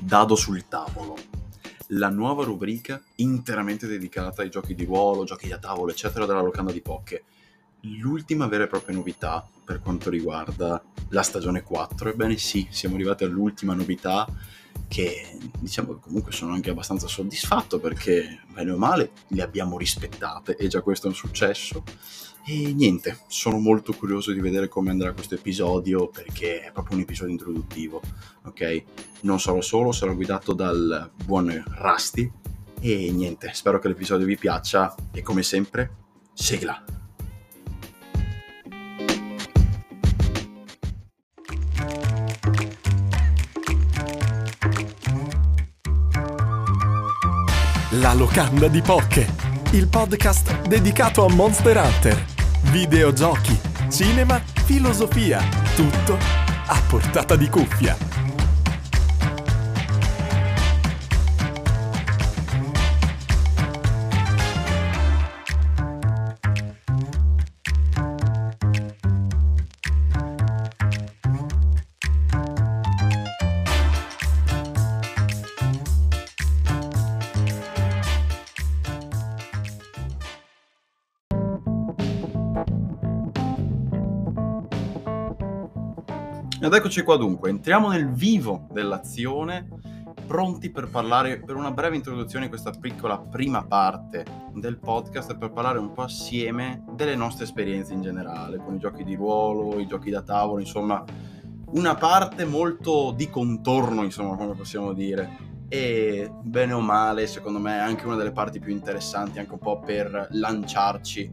Dado sul tavolo, la nuova rubrica interamente dedicata ai giochi di ruolo, giochi da tavolo, eccetera, della locanda di Poké. L'ultima vera e propria novità per quanto riguarda la stagione 4. Ebbene sì, siamo arrivati all'ultima novità che diciamo che comunque sono anche abbastanza soddisfatto perché bene o male le abbiamo rispettate e già questo è un successo. E niente, sono molto curioso di vedere come andrà questo episodio perché è proprio un episodio introduttivo, ok? Non sarò solo, sarò guidato dal buon Rusty e niente, spero che l'episodio vi piaccia e come sempre, sigla! La locanda di Poké, il podcast dedicato a Monster Hunter, videogiochi, cinema, filosofia, tutto a portata di cuffia. Ed eccoci qua dunque, entriamo nel vivo dell'azione, pronti per parlare per una breve introduzione di questa piccola prima parte del podcast per parlare un po' assieme delle nostre esperienze in generale, con i giochi di ruolo, i giochi da tavolo, insomma una parte molto di contorno, insomma, come possiamo dire. E bene o male, secondo me, è anche una delle parti più interessanti, anche un po' per lanciarci,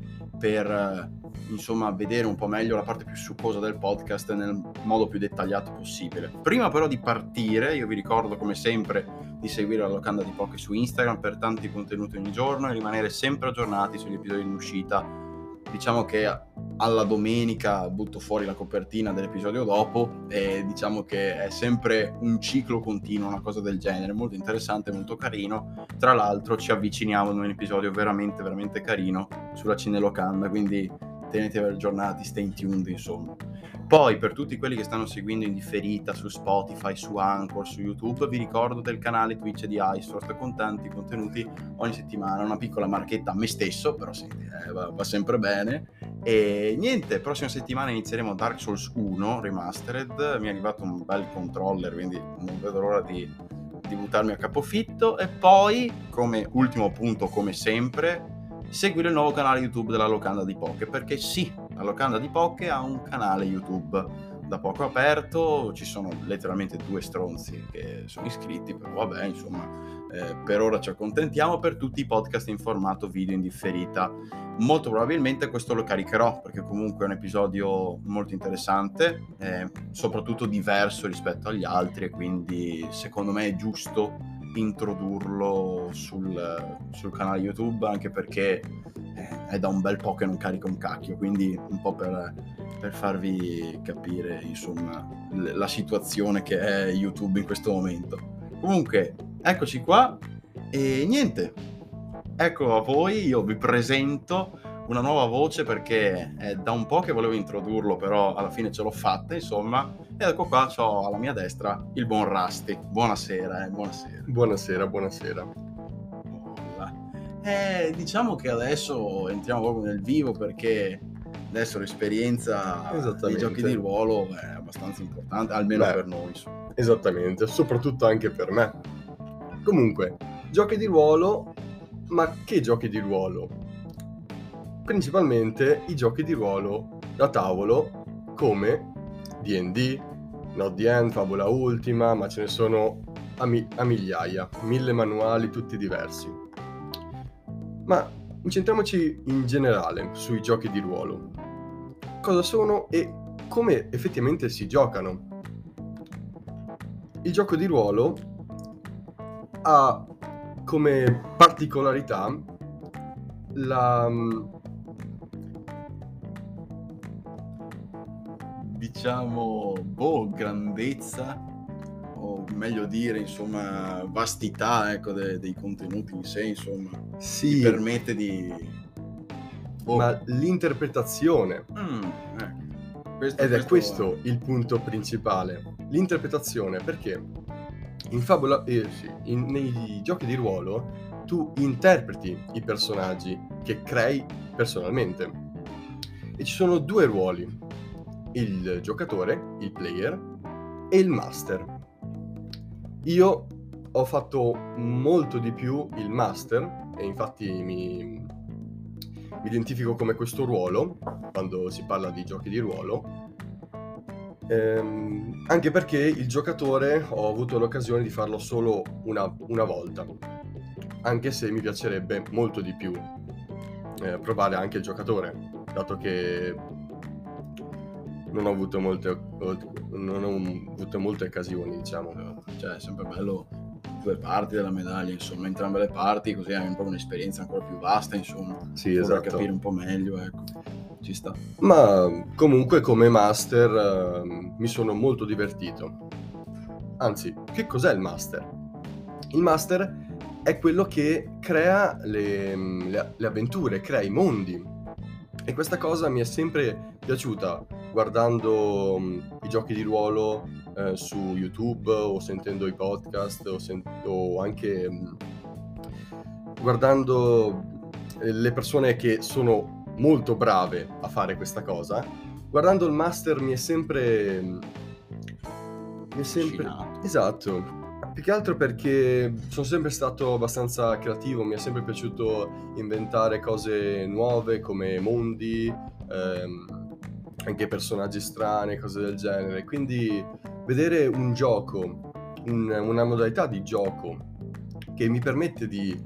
per insomma vedere un po' meglio la parte più succosa del podcast nel modo più dettagliato possibile. Prima però di partire, io vi ricordo come sempre di seguire la locanda di Poké su Instagram per tanti contenuti ogni giorno e rimanere sempre aggiornati sugli episodi in uscita. Diciamo che alla domenica butto fuori la copertina dell'episodio dopo e diciamo che è sempre un ciclo continuo, una cosa del genere, molto interessante, molto carino. Tra l'altro ci avviciniamo ad un episodio veramente veramente carino sulla Cinelocanda, quindi tenetevi aggiornati, stay tuned, insomma. Poi per tutti quelli che stanno seguendo in differita su Spotify, su Anchor, su YouTube, vi ricordo del canale Twitch di iSource con tanti contenuti ogni settimana, una piccola marchetta a me stesso, però senti, va sempre bene. E niente, prossima settimana inizieremo Dark Souls 1 Remastered, mi è arrivato un bel controller, quindi non vedo l'ora di buttarmi a capofitto. E poi, come ultimo punto, come sempre, seguire il nuovo canale YouTube della locanda di Poké, perché sì, la locanda di Poké ha un canale YouTube da poco aperto, ci sono letteralmente 2 stronzi che sono iscritti, però vabbè, insomma, per ora ci accontentiamo. Per tutti i podcast in formato video in differita, molto probabilmente questo lo caricherò perché comunque è un episodio molto interessante, soprattutto diverso rispetto agli altri, e quindi secondo me è giusto introdurlo sul canale YouTube, anche perché è da un bel po' che non carico un cacchio, quindi un po' per farvi capire insomma la situazione che è YouTube in questo momento. Comunque eccoci qua e niente, ecco a voi, io vi presento una nuova voce perché è da un po' che volevo introdurlo, però alla fine ce l'ho fatta, insomma. E ecco qua, c'ho alla mia destra il buon Rusty. Buonasera, buonasera. Buonasera. Diciamo che adesso entriamo proprio nel vivo perché adesso l'esperienza dei giochi di ruolo è abbastanza importante, almeno per noi. Insomma. Esattamente, soprattutto anche per me. Comunque, giochi di ruolo, ma che giochi di ruolo? Principalmente i giochi di ruolo da tavolo come D&D, Not the End, Favola Ultima, ma ce ne sono a migliaia, 1000 manuali tutti diversi. Ma incentriamoci in generale sui giochi di ruolo. Cosa sono e come effettivamente si giocano? Il gioco di ruolo ha come particolarità la grandezza, o meglio dire, insomma, vastità, ecco, dei contenuti in sé, insomma. Sì, ti permette di... ma l'interpretazione. Ed è questo il punto principale. L'interpretazione, perché nei giochi di ruolo tu interpreti i personaggi che crei personalmente. E ci sono 2 ruoli: il giocatore, il player, e il master. Io ho fatto molto di più il master, e infatti mi identifico come questo ruolo quando si parla di giochi di ruolo. Anche perché il giocatore ho avuto l'occasione di farlo solo una volta, anche se mi piacerebbe molto di più provare anche il giocatore, dato che non ho avuto molte occasioni, diciamo. Cioè, è sempre bello 2 parti della medaglia, insomma, entrambe le parti, così hai un po' un'esperienza ancora più vasta, insomma. Sì, Per esatto. capire un po' meglio, ecco. Ci sta. Ma comunque come master mi sono molto divertito. Anzi, che cos'è il master? Il master è quello che crea le avventure, crea i mondi. E questa cosa mi è sempre piaciuta guardando i giochi di ruolo su YouTube, o sentendo i podcast, o anche guardando le persone che sono molto brave a fare questa cosa. Guardando il master mi è sempre Affascinato. esatto. Più che altro perché sono sempre stato abbastanza creativo, mi è sempre piaciuto inventare cose nuove come mondi, anche personaggi strani, cose del genere. Quindi vedere un gioco, una modalità di gioco che mi permette di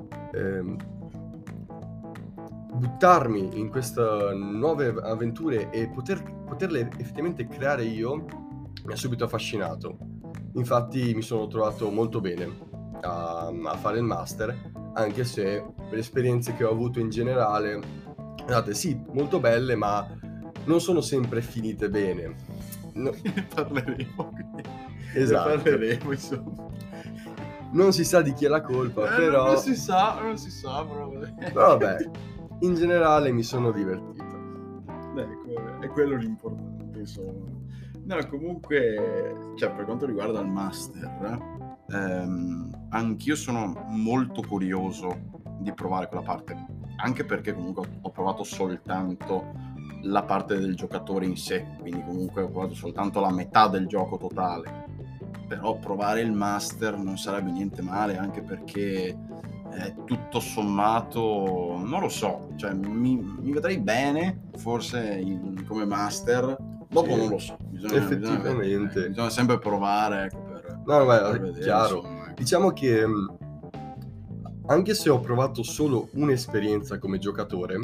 buttarmi in queste nuove avventure e poterle effettivamente creare io, mi ha subito affascinato. Infatti mi sono trovato molto bene a fare il master, anche se le esperienze che ho avuto in generale, guardate, sì, molto belle, ma non sono sempre finite bene. No, Ne parleremo, quindi. esatto. Ne parleremo, insomma. Non si sa di chi è la colpa, però... Non si sa, però... Però vabbè, in generale mi sono divertito. Ecco, è quello l'importante, insomma. No, comunque, cioè, per quanto riguarda il master, anch'io sono molto curioso di provare quella parte, anche perché comunque ho provato soltanto la parte del giocatore in sé, quindi comunque ho provato soltanto la metà del gioco totale. Però provare il master non sarebbe niente male, anche perché tutto sommato, non lo so, cioè mi vedrei bene forse come master. Dopo Sì, non lo so, effettivamente. bisogna sempre provare, ecco, per No, vedere, beh, chiaro. insomma, ecco. Diciamo che anche se ho provato solo un'esperienza come giocatore,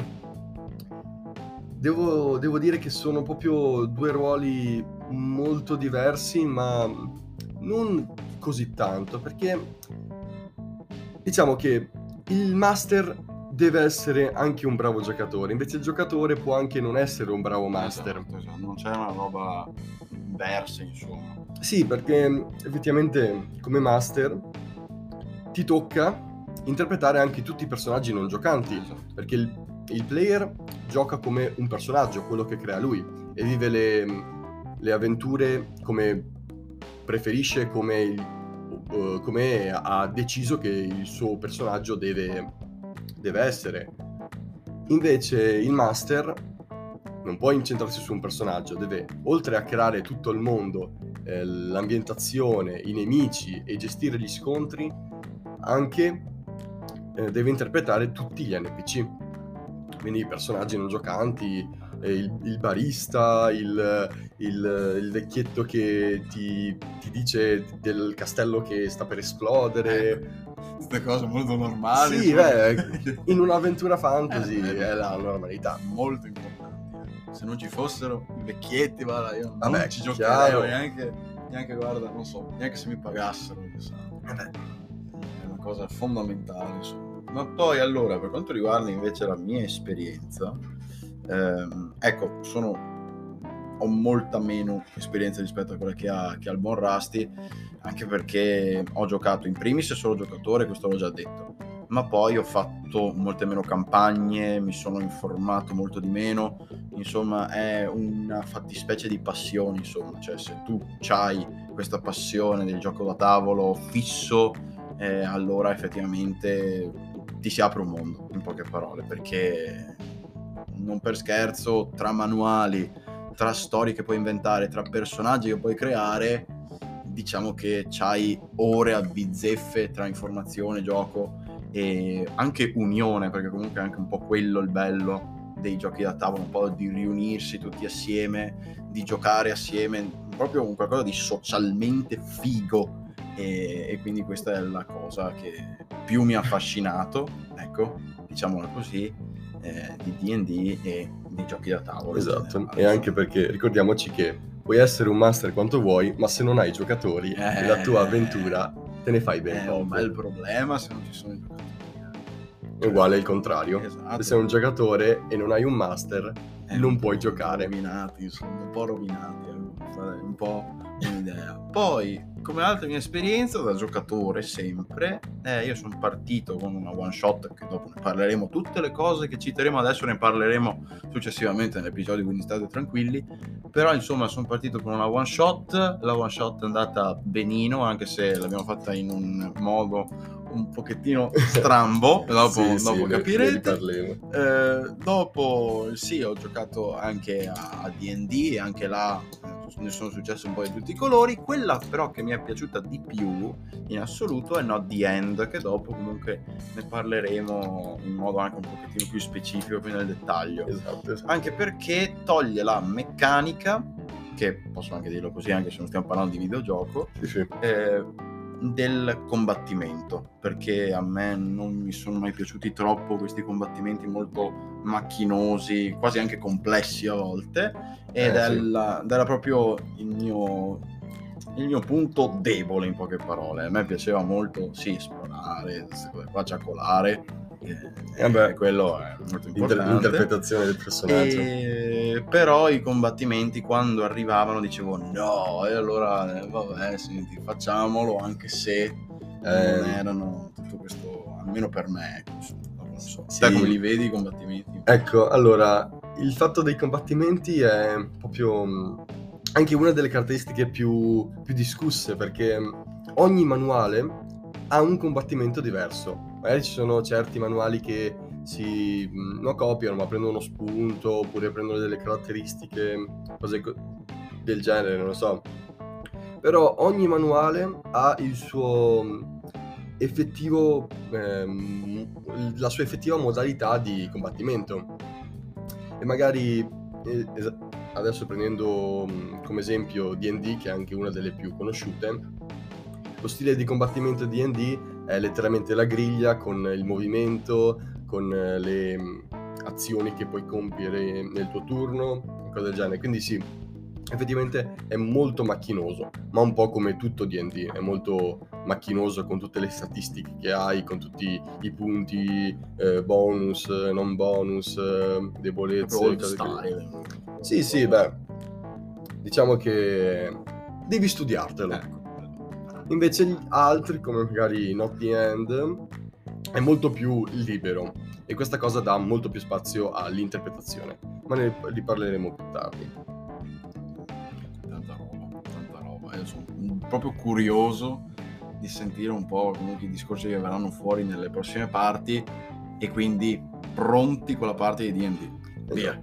devo dire che sono proprio 2 ruoli molto diversi, ma non così tanto, perché diciamo che il master deve essere anche un bravo giocatore, invece il giocatore può anche non essere un bravo master. Esatto, non c'è una roba inversa, insomma. Sì, perché effettivamente come master ti tocca interpretare anche tutti i personaggi non giocanti, Esatto. perché il player gioca come un personaggio, quello che crea lui, e vive le avventure come preferisce, come ha deciso che il suo personaggio deve essere. Invece il master non può incentrarsi su un personaggio, deve, oltre a creare tutto il mondo, l'ambientazione, i nemici e gestire gli scontri, anche deve interpretare tutti gli NPC, quindi i personaggi non giocanti, il barista, il vecchietto che ti dice del castello che sta per esplodere. Queste cose molto normali. Sì, insomma. in un'avventura fantasy Beh, è la normalità. molto importante. Se non ci fossero i vecchietti, guarda, io Vabbè, non ci giocherei, chiaro. neanche, guarda, non so, neanche se mi pagassero, Vabbè. è una cosa fondamentale, insomma. Ma poi, allora, per quanto riguarda invece la mia esperienza, ecco, ho molta meno esperienza rispetto a quella che ha il buon Rusty, anche perché ho giocato in primis solo giocatore, questo l'ho già detto, ma poi ho fatto molte meno campagne, mi sono informato molto di meno, insomma è una fattispecie di passione, insomma, cioè se tu c'hai questa passione del gioco da tavolo fisso, allora effettivamente ti si apre un mondo, in poche parole, perché non per scherzo, tra manuali, tra storie che puoi inventare, tra personaggi che puoi creare, diciamo che c'hai ore a bizzeffe tra informazione, gioco e anche unione, perché comunque è anche un po' quello il bello dei giochi da tavolo, un po' di riunirsi tutti assieme, di giocare assieme, proprio un qualcosa di socialmente figo, e quindi questa è la cosa che più mi ha affascinato, ecco, diciamola così, di D&D e di giochi da tavolo. Esatto, e anche perché ricordiamoci che puoi essere un master quanto vuoi, ma se non hai giocatori nella tua avventura te ne fai ben è poco. un bel problema se non ci sono i giocatori. È uguale il contrario. Esatto. Se sei un giocatore e non hai un master, non puoi giocare. Rovinati, sono un po' rovinati, un po' un'idea. Poi, come altra mia esperienza da giocatore sempre, io sono partito con una one shot, che dopo ne parleremo, tutte le cose che citeremo adesso ne parleremo successivamente nell'episodio, quindi state tranquilli. Però insomma sono partito con una one shot, la one shot è andata benino, anche se l'abbiamo fatta in un modo un pochettino strambo, dopo capirete. Dopo sì, ho giocato anche a D&D e anche là ne sono successi un po' di tutti i colori. Quella però che mi è piaciuta di più in assoluto è Not the End, che dopo comunque ne parleremo in modo anche un pochettino più specifico, più nel dettaglio. Esatto. Anche perché toglie la meccanica, che posso anche dirlo così anche se non stiamo parlando di videogioco, Sì. del combattimento, perché a me non mi sono mai piaciuti troppo questi combattimenti molto macchinosi, quasi anche complessi a volte, ed era proprio il mio punto debole, in poche parole. A me piaceva molto esplorare queste cose qua, ciaccolare, quello è molto importante. L'interpretazione del personaggio. Però i combattimenti quando arrivavano dicevo no, e allora vabbè, senti, facciamolo, anche se non erano tutto questo, almeno per me, non so. Sì. Te come li vedi i combattimenti? Ecco, allora, il fatto dei combattimenti è proprio anche una delle caratteristiche più discusse, perché ogni manuale ha un combattimento diverso. Magari ci sono certi manuali che si non copiano, ma prendono spunto, oppure prendono delle caratteristiche, cose del genere, non lo so. Però ogni manuale ha il suo effettivo, la sua effettiva modalità di combattimento. E magari adesso prendendo come esempio D&D, che è anche una delle più conosciute, lo stile di combattimento di D&D è letteralmente la griglia con il movimento, con le azioni che puoi compiere nel tuo turno, cose del genere. Quindi sì, effettivamente è molto macchinoso, ma un po' come tutto D&D, è molto macchinoso con tutte le statistiche che hai, con tutti i punti, bonus, non bonus, debolezze, cose così. Sì, beh, diciamo che devi studiartelo. Invece gli altri, come magari Not the End, è molto più libero e questa cosa dà molto più spazio all'interpretazione, ma ne riparleremo più tardi. Tanta roba. Io sono proprio curioso di sentire un po' comunque i discorsi che verranno fuori nelle prossime parti, e quindi pronti con la parte di D&D. Via.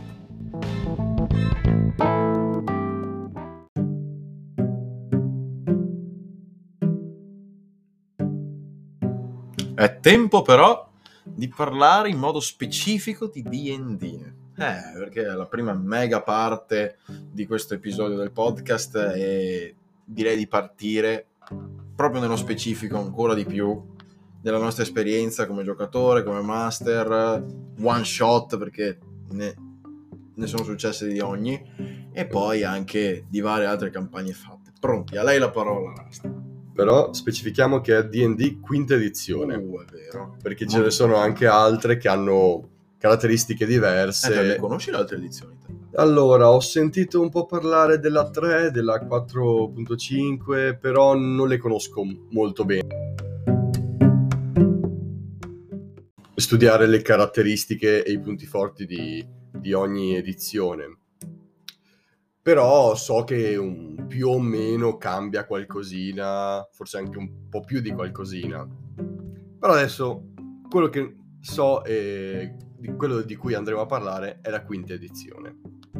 È tempo però di parlare in modo specifico di D&D. Perché è la prima mega parte di questo episodio del podcast e direi di partire proprio nello specifico ancora di più della nostra esperienza come giocatore, come master, one shot, perché ne sono successe di ogni, e poi anche di varie altre campagne fatte. Pronti? A lei la parola, Rasta. Però specifichiamo che è D&D quinta edizione. È vero. Perché ce ne sono anche altre che hanno caratteristiche diverse. Le conosci le altre edizioni? Allora, ho sentito un po' parlare della 3, della 4.5, però non le conosco molto bene. studiare le caratteristiche e i punti forti di ogni edizione. Però so che più o meno cambia qualcosina, forse anche un po' più di qualcosina. Però adesso quello che so e quello di cui andremo a parlare è la quinta edizione.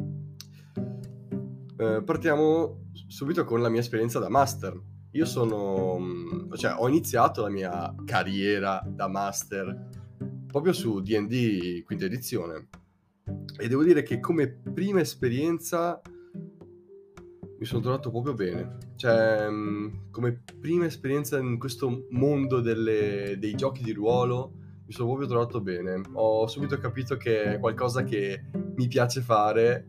Partiamo subito con la mia esperienza da master. Io ho iniziato la mia carriera da master proprio su D&D quinta edizione e devo dire che come prima esperienza mi sono trovato proprio bene. Cioè, come prima esperienza in questo mondo dei giochi di ruolo mi sono proprio trovato bene. Ho subito capito che è qualcosa che mi piace fare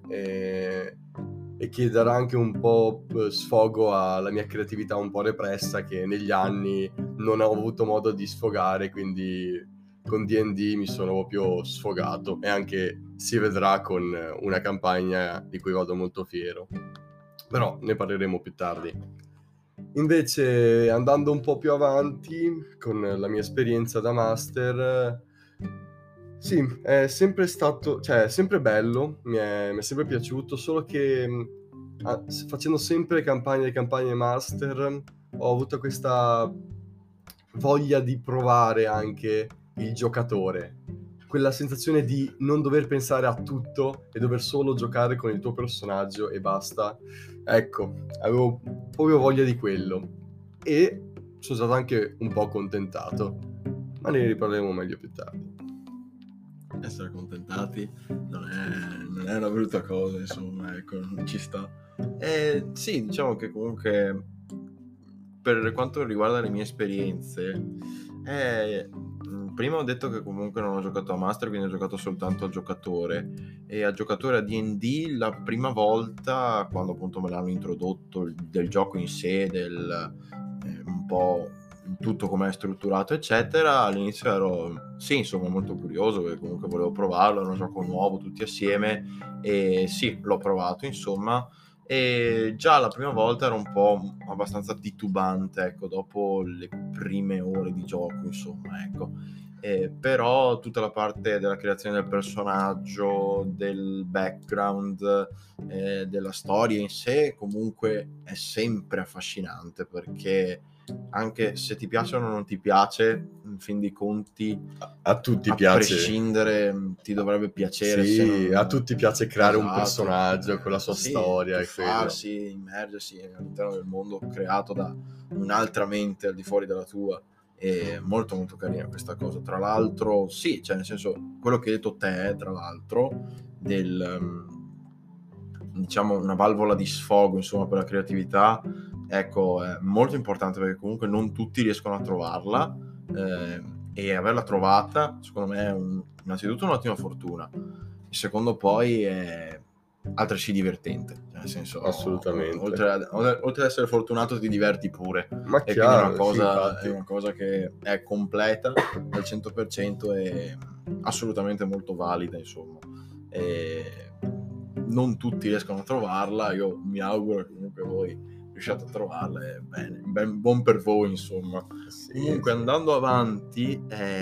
e che darà anche un po' sfogo alla mia creatività un po' repressa che negli anni non ho avuto modo di sfogare, quindi con D&D mi sono proprio sfogato e anche si vedrà con una campagna di cui vado molto fiero. Però ne parleremo più tardi. Invece, andando un po' più avanti con la mia esperienza da master, sì, è sempre stato, cioè è sempre bello, mi è sempre piaciuto, solo che facendo sempre campagne master ho avuto questa voglia di provare anche il giocatore, quella sensazione di non dover pensare a tutto e dover solo giocare con il tuo personaggio e basta. Ecco, avevo proprio voglia di quello e sono stato anche un po' accontentato, ma ne riparleremo meglio più tardi. Essere accontentati non è una brutta cosa, insomma, ecco, ci sta. Sì, diciamo che comunque per quanto riguarda le mie esperienze, prima ho detto che comunque non ho giocato a Master, quindi ho giocato soltanto al giocatore. E al giocatore a D&D la prima volta, quando appunto me l'hanno introdotto del gioco in sé, un po' tutto com'è strutturato, eccetera, all'inizio ero, sì, insomma, molto curioso, perché comunque volevo provarlo, era un gioco nuovo, tutti assieme, e sì, l'ho provato, insomma. E già la prima volta ero un po' abbastanza titubante, ecco, dopo le prime ore di gioco, insomma, ecco. Però tutta la parte della creazione del personaggio, del background, della storia in sé, comunque è sempre affascinante, perché anche se ti piace o non ti piace, in fin dei conti, A tutti a piace. prescindere, ti dovrebbe piacere. Sì, se non... a tutti piace creare un Esatto. personaggio con la sua Sì, storia e quello. tuffarsi, immergersi all'interno del mondo creato da un'altra mente al di fuori della tua. È molto molto carina questa cosa. Tra l'altro, sì, cioè nel senso, quello che hai detto te, tra l'altro, diciamo una valvola di sfogo, insomma, per la creatività, ecco, è molto importante, perché comunque non tutti riescono a trovarla, e averla trovata secondo me è innanzitutto un'ottima fortuna, e secondo poi è altresì divertente, cioè nel senso, Assolutamente. oltre ad essere fortunato ti diverti pure, Ma e quindi chiaro, sì, è infatti. una cosa che è completa al 100% e assolutamente molto valida, insomma. E non tutti riescono a trovarla, io mi auguro che comunque voi riusciate a trovarla, e bene, buon per voi, insomma. Sì, Comunque, sì. andando avanti,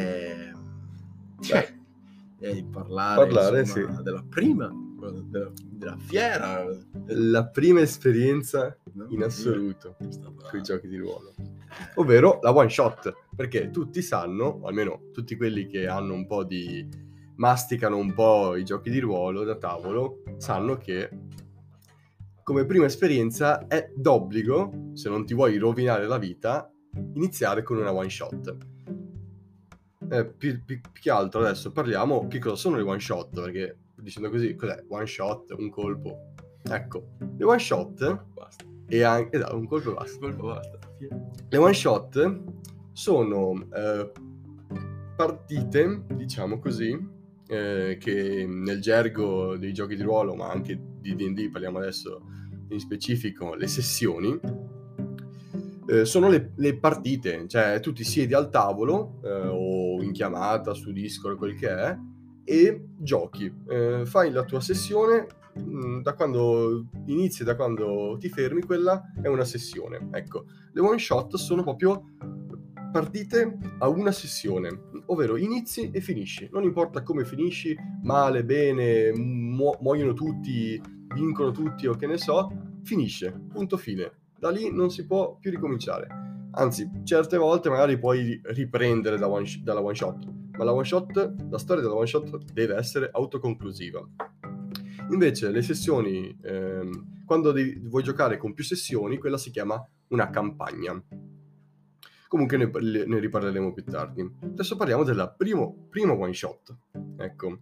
di parlare, Parlare, sì. insomma, della prima, della fiera, La prima esperienza in assoluto con i giochi di ruolo, ovvero la one shot, perché tutti sanno, o almeno tutti quelli che hanno un po' masticano un po' i giochi di ruolo da tavolo, sanno che come prima esperienza è d'obbligo, se non ti vuoi rovinare la vita, iniziare con una one shot. Più che altro adesso parliamo che cosa sono le one shot, perché dicendo così, cos'è? One shot, un colpo. Ecco, le one shot basta. e anche un colpo e basta. Colpo basta. Le one shot sono partite, diciamo così, che nel gergo dei giochi di ruolo, ma anche di D&D, parliamo adesso in specifico, le sessioni, sono le partite, cioè tu ti siedi al tavolo o in chiamata su Discord, quel che è, e giochi. Fai la tua sessione, da quando inizi e da quando ti fermi, quella è una sessione. Ecco, le one shot sono proprio partite a una sessione, ovvero inizi e finisci. Non importa come finisci, male, bene, muoiono tutti, vincono tutti o che ne so, finisce, punto fine. Da lì non si può più ricominciare. Anzi, certe volte magari puoi riprendere dalla one shot, ma la storia della one shot deve essere autoconclusiva. Invece le sessioni, quando vuoi giocare con più sessioni, quella si chiama una campagna. Comunque ne riparleremo più tardi. Adesso parliamo della primo one shot. Ecco.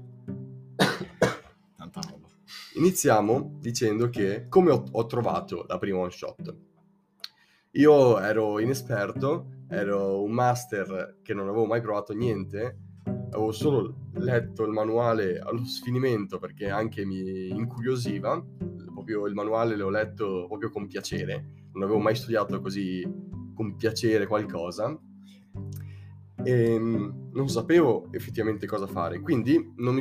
Tanta roba. Iniziamo dicendo che come ho trovato la prima one shot. Io ero inesperto, ero un master che non avevo mai provato niente, avevo solo letto il manuale allo sfinimento perché anche mi incuriosiva, proprio il manuale l'ho letto proprio con piacere, non avevo mai studiato così con piacere qualcosa e non sapevo effettivamente cosa fare, quindi non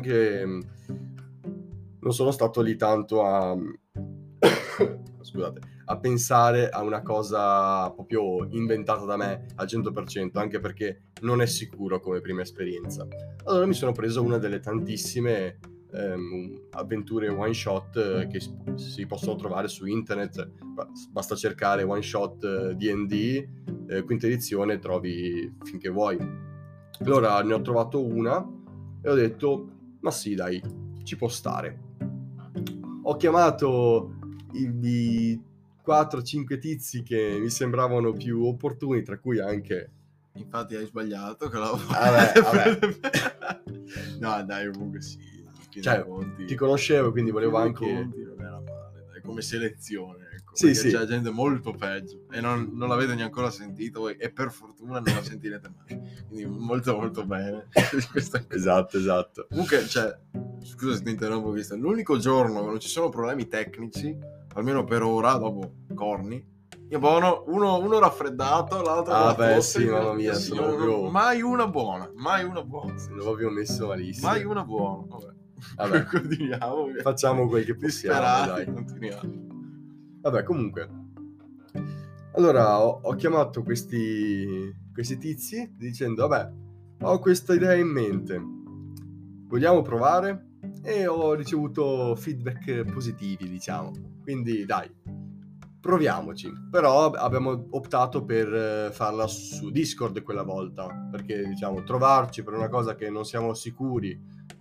sono stato lì tanto a scusate, a pensare a una cosa proprio inventata da me al 100%, anche perché non è sicuro come prima esperienza. Allora mi sono preso una delle tantissime avventure one shot che si possono trovare su internet. Basta cercare one shot D&D quinta edizione e trovi finché vuoi. Allora ne ho trovato una e ho detto ma sì dai, ci può stare. Ho chiamato i 4-5 tizi che mi sembravano più opportuni, tra cui anche... Infatti hai sbagliato. Vabbè. No dai, comunque sì. Cioè, ti conoscevo, quindi volevo anche... Conti non era male, dai, come selezione, ecco. Sì, perché sì. c'è gente molto peggio e non l'avete neanche ancora sentito e per fortuna non la sentirete mai. Quindi molto molto bene. Esatto. Comunque, cioè, scusa se ti interrompo, visto, l'unico giorno che non ci sono problemi tecnici, almeno per ora, dopo corni, io buono, uno raffreddato, l'altro con la tosse, sì, mamma mia, sono proprio... mai una buona. Sono proprio messo malissimo. Mai una buona, vabbè. Continuiamo. Facciamo quel che possiamo, dai. Continuiamo. Vabbè, comunque. Allora, ho chiamato questi tizi dicendo, vabbè, ho questa idea in mente, vogliamo provare? E ho ricevuto feedback positivi, diciamo. Quindi, dai, proviamoci. Però abbiamo optato per farla su Discord quella volta, perché, diciamo, trovarci per una cosa che non siamo sicuri,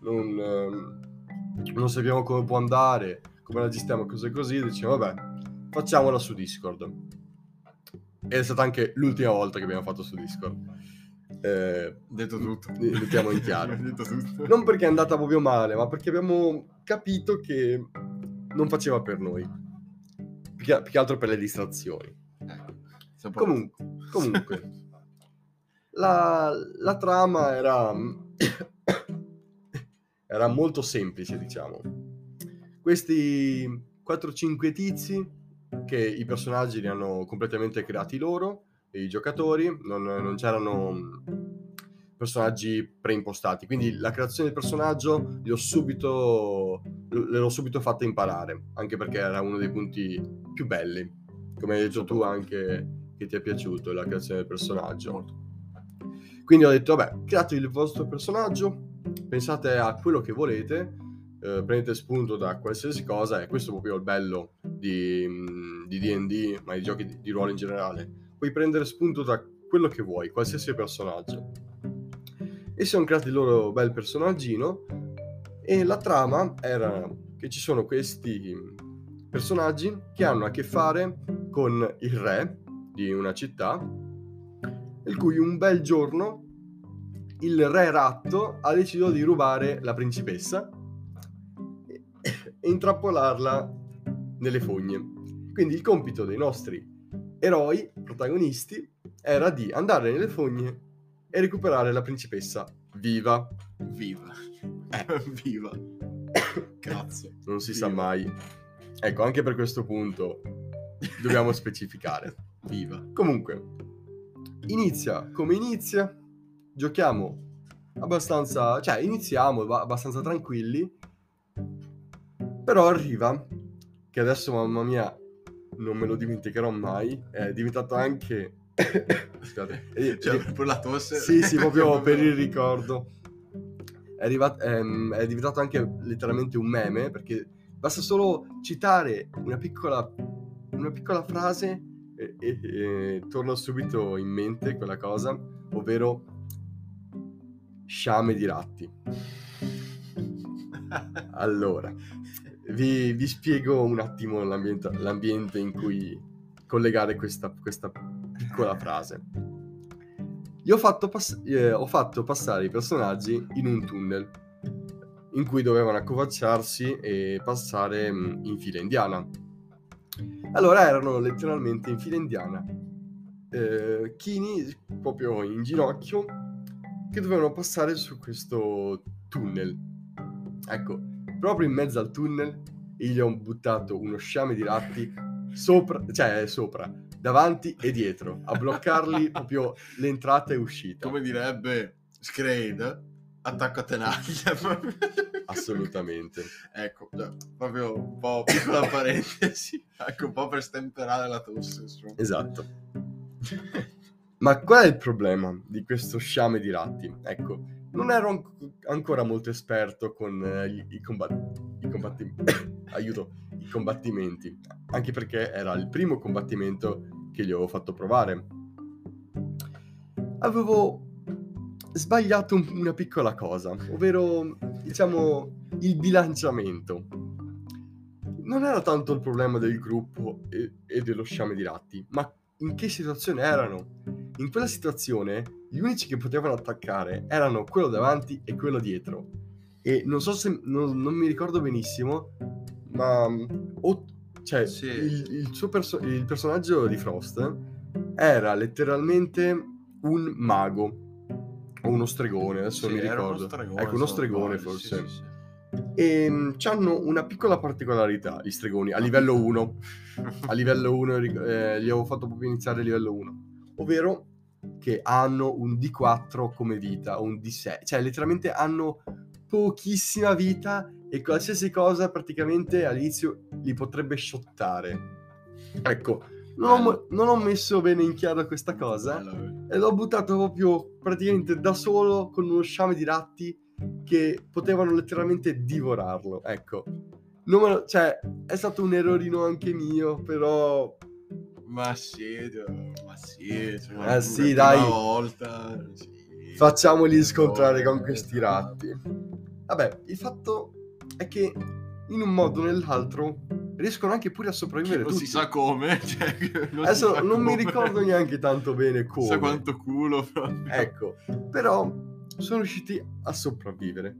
non sappiamo come può andare, come la gestiamo, cose così, diciamo, vabbè, facciamola su Discord. Ed è stata anche l'ultima volta che abbiamo fatto su Discord. Detto tutto. Mettiamo in chiaro. Detto tutto. Non perché è andata proprio male, ma perché abbiamo capito che non faceva per noi. Più che altro per le distrazioni. Comunque la trama era molto semplice, diciamo. Questi 4-5 tizi che i personaggi li hanno completamente creati loro, e i giocatori, non c'erano personaggi preimpostati, quindi la creazione del personaggio l'ho subito fatta imparare, anche perché era uno dei punti più belli, come hai detto tu anche che ti è piaciuto la creazione del personaggio. Quindi ho detto, vabbè, createvi il vostro personaggio, pensate a quello che volete, prendete spunto da qualsiasi cosa, e questo è proprio il bello di D&D, ma di giochi di ruolo in generale. Puoi prendere spunto da quello che vuoi, qualsiasi personaggio. E si sono creati il loro bel personaggino, e la trama era che ci sono questi personaggi che hanno a che fare con il re di una città, il cui un bel giorno il re ratto ha deciso di rubare la principessa e intrappolarla nelle fogne. Quindi il compito dei nostri eroi, protagonisti, era di andare nelle fogne e recuperare la principessa viva. Viva. Cazzo. Non si sa mai. Ecco, anche per questo punto dobbiamo specificare. Viva. Comunque, inizia come inizia. Giochiamo iniziamo abbastanza tranquilli, però arriva, che adesso mamma mia non me lo dimenticherò mai, è diventato anche Scusate. Cioè, per la tosse. Sì, proprio per il ricordo. È diventato anche letteralmente un meme, perché basta solo citare una piccola frase e torna subito in mente quella cosa, ovvero sciame di ratti. Allora, vi spiego un attimo l'ambiente in cui collegare questa piccola frase. Io ho fatto passare i personaggi in un tunnel in cui dovevano accovacciarsi e passare in fila indiana. Allora erano letteralmente in fila indiana, chini proprio in ginocchio, che dovevano passare su questo tunnel. Ecco, proprio in mezzo al tunnel gli ho buttato uno sciame di ratti sopra, davanti e dietro, a bloccarli proprio l'entrata e uscita. Come direbbe Scred, attacco a tenaglia. Assolutamente. Ecco, proprio un po' piccola parentesi, ecco, un po' per stemperare la tosse. Esatto. Ma qual è il problema di questo sciame di ratti? Ecco, non ero ancora molto esperto con i combattimenti, anche perché era il primo combattimento che gli avevo fatto provare. Avevo sbagliato una piccola cosa, ovvero, diciamo, il bilanciamento. Non era tanto il problema del gruppo e dello sciame di ratti, ma in che situazione erano? In quella situazione gli unici che potevano attaccare erano quello davanti e quello dietro. E non so se non mi ricordo benissimo, ma sì. il personaggio di Frost era letteralmente un mago o uno stregone, adesso non mi ricordo. Uno stregone forse. Sì. E c'hanno una piccola particolarità gli stregoni a livello 1. A livello 1 gli avevo fatto proprio iniziare a livello 1, ovvero che hanno un D4 come vita o un D6, cioè letteralmente hanno pochissima vita e qualsiasi cosa praticamente all'inizio li potrebbe shottare. Ecco, non ho messo bene in chiaro questa cosa e l'ho buttato proprio praticamente da solo con uno sciame di ratti che potevano letteralmente divorarlo. Ecco, è stato un errorino anche mio, però ma sì, dai, una volta facciamoli scontrare con questi ratti. Vabbè, il fatto è che in un modo o nell'altro riescono anche pure a sopravvivere tutti. Non si sa come, adesso non mi ricordo neanche tanto bene come. Sa quanto culo proprio. Ecco, però sono riusciti a sopravvivere.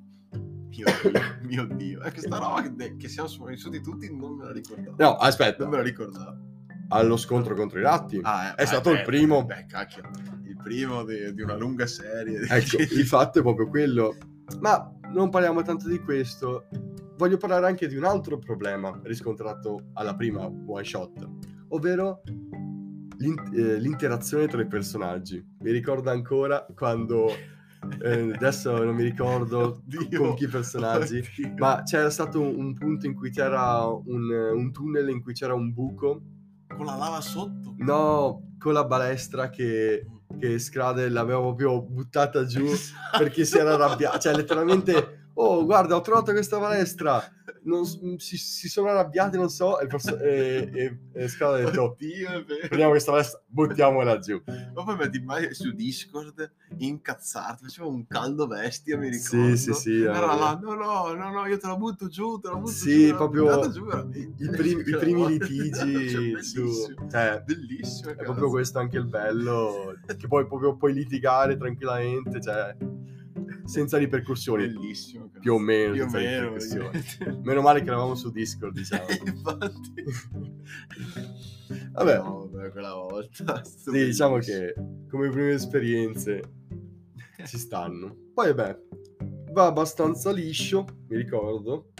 Mio Dio. È questa roba che siamo sopravvissuti tutti non me la ricordavo. No, aspetta. Non me la ricordavo. Allo scontro contro i ratti. È stato il primo. Cacchio. Il primo di una lunga serie. Ecco, il fatto è proprio quello. Ma non parliamo tanto di questo. Voglio parlare anche di un altro problema riscontrato alla prima one shot, ovvero l'interazione tra i personaggi. Mi ricordo ancora quando adesso non mi ricordo con chi personaggi, ma c'era stato un punto in cui c'era un tunnel in cui c'era un buco con la lava sotto. No, con la balestra che Scrade l'aveva proprio buttata giù perché si era arrabbiato, cioè letteralmente oh guarda ho trovato questa balestra, si sono arrabbiati non so e Scrade ha detto oddio, prendiamo questa balestra, buttiamola giù. Ma poi metti mai su Discord incazzato, faceva un caldo bestia, mi ricordo. Sì, era là, no, io te la butto giù, sì, proprio giù, i primi litigi cioè, bellissimo, è proprio questo anche il bello, che poi proprio puoi litigare tranquillamente, cioè senza ripercussioni. Bellissimo, più o meno più o senza meno ripercussioni. Meno male che eravamo su Discord, diciamo. Infatti. Vabbè, no, quella volta sì, diciamo che come prime esperienze ci stanno. Poi vabbè, va abbastanza liscio, mi ricordo.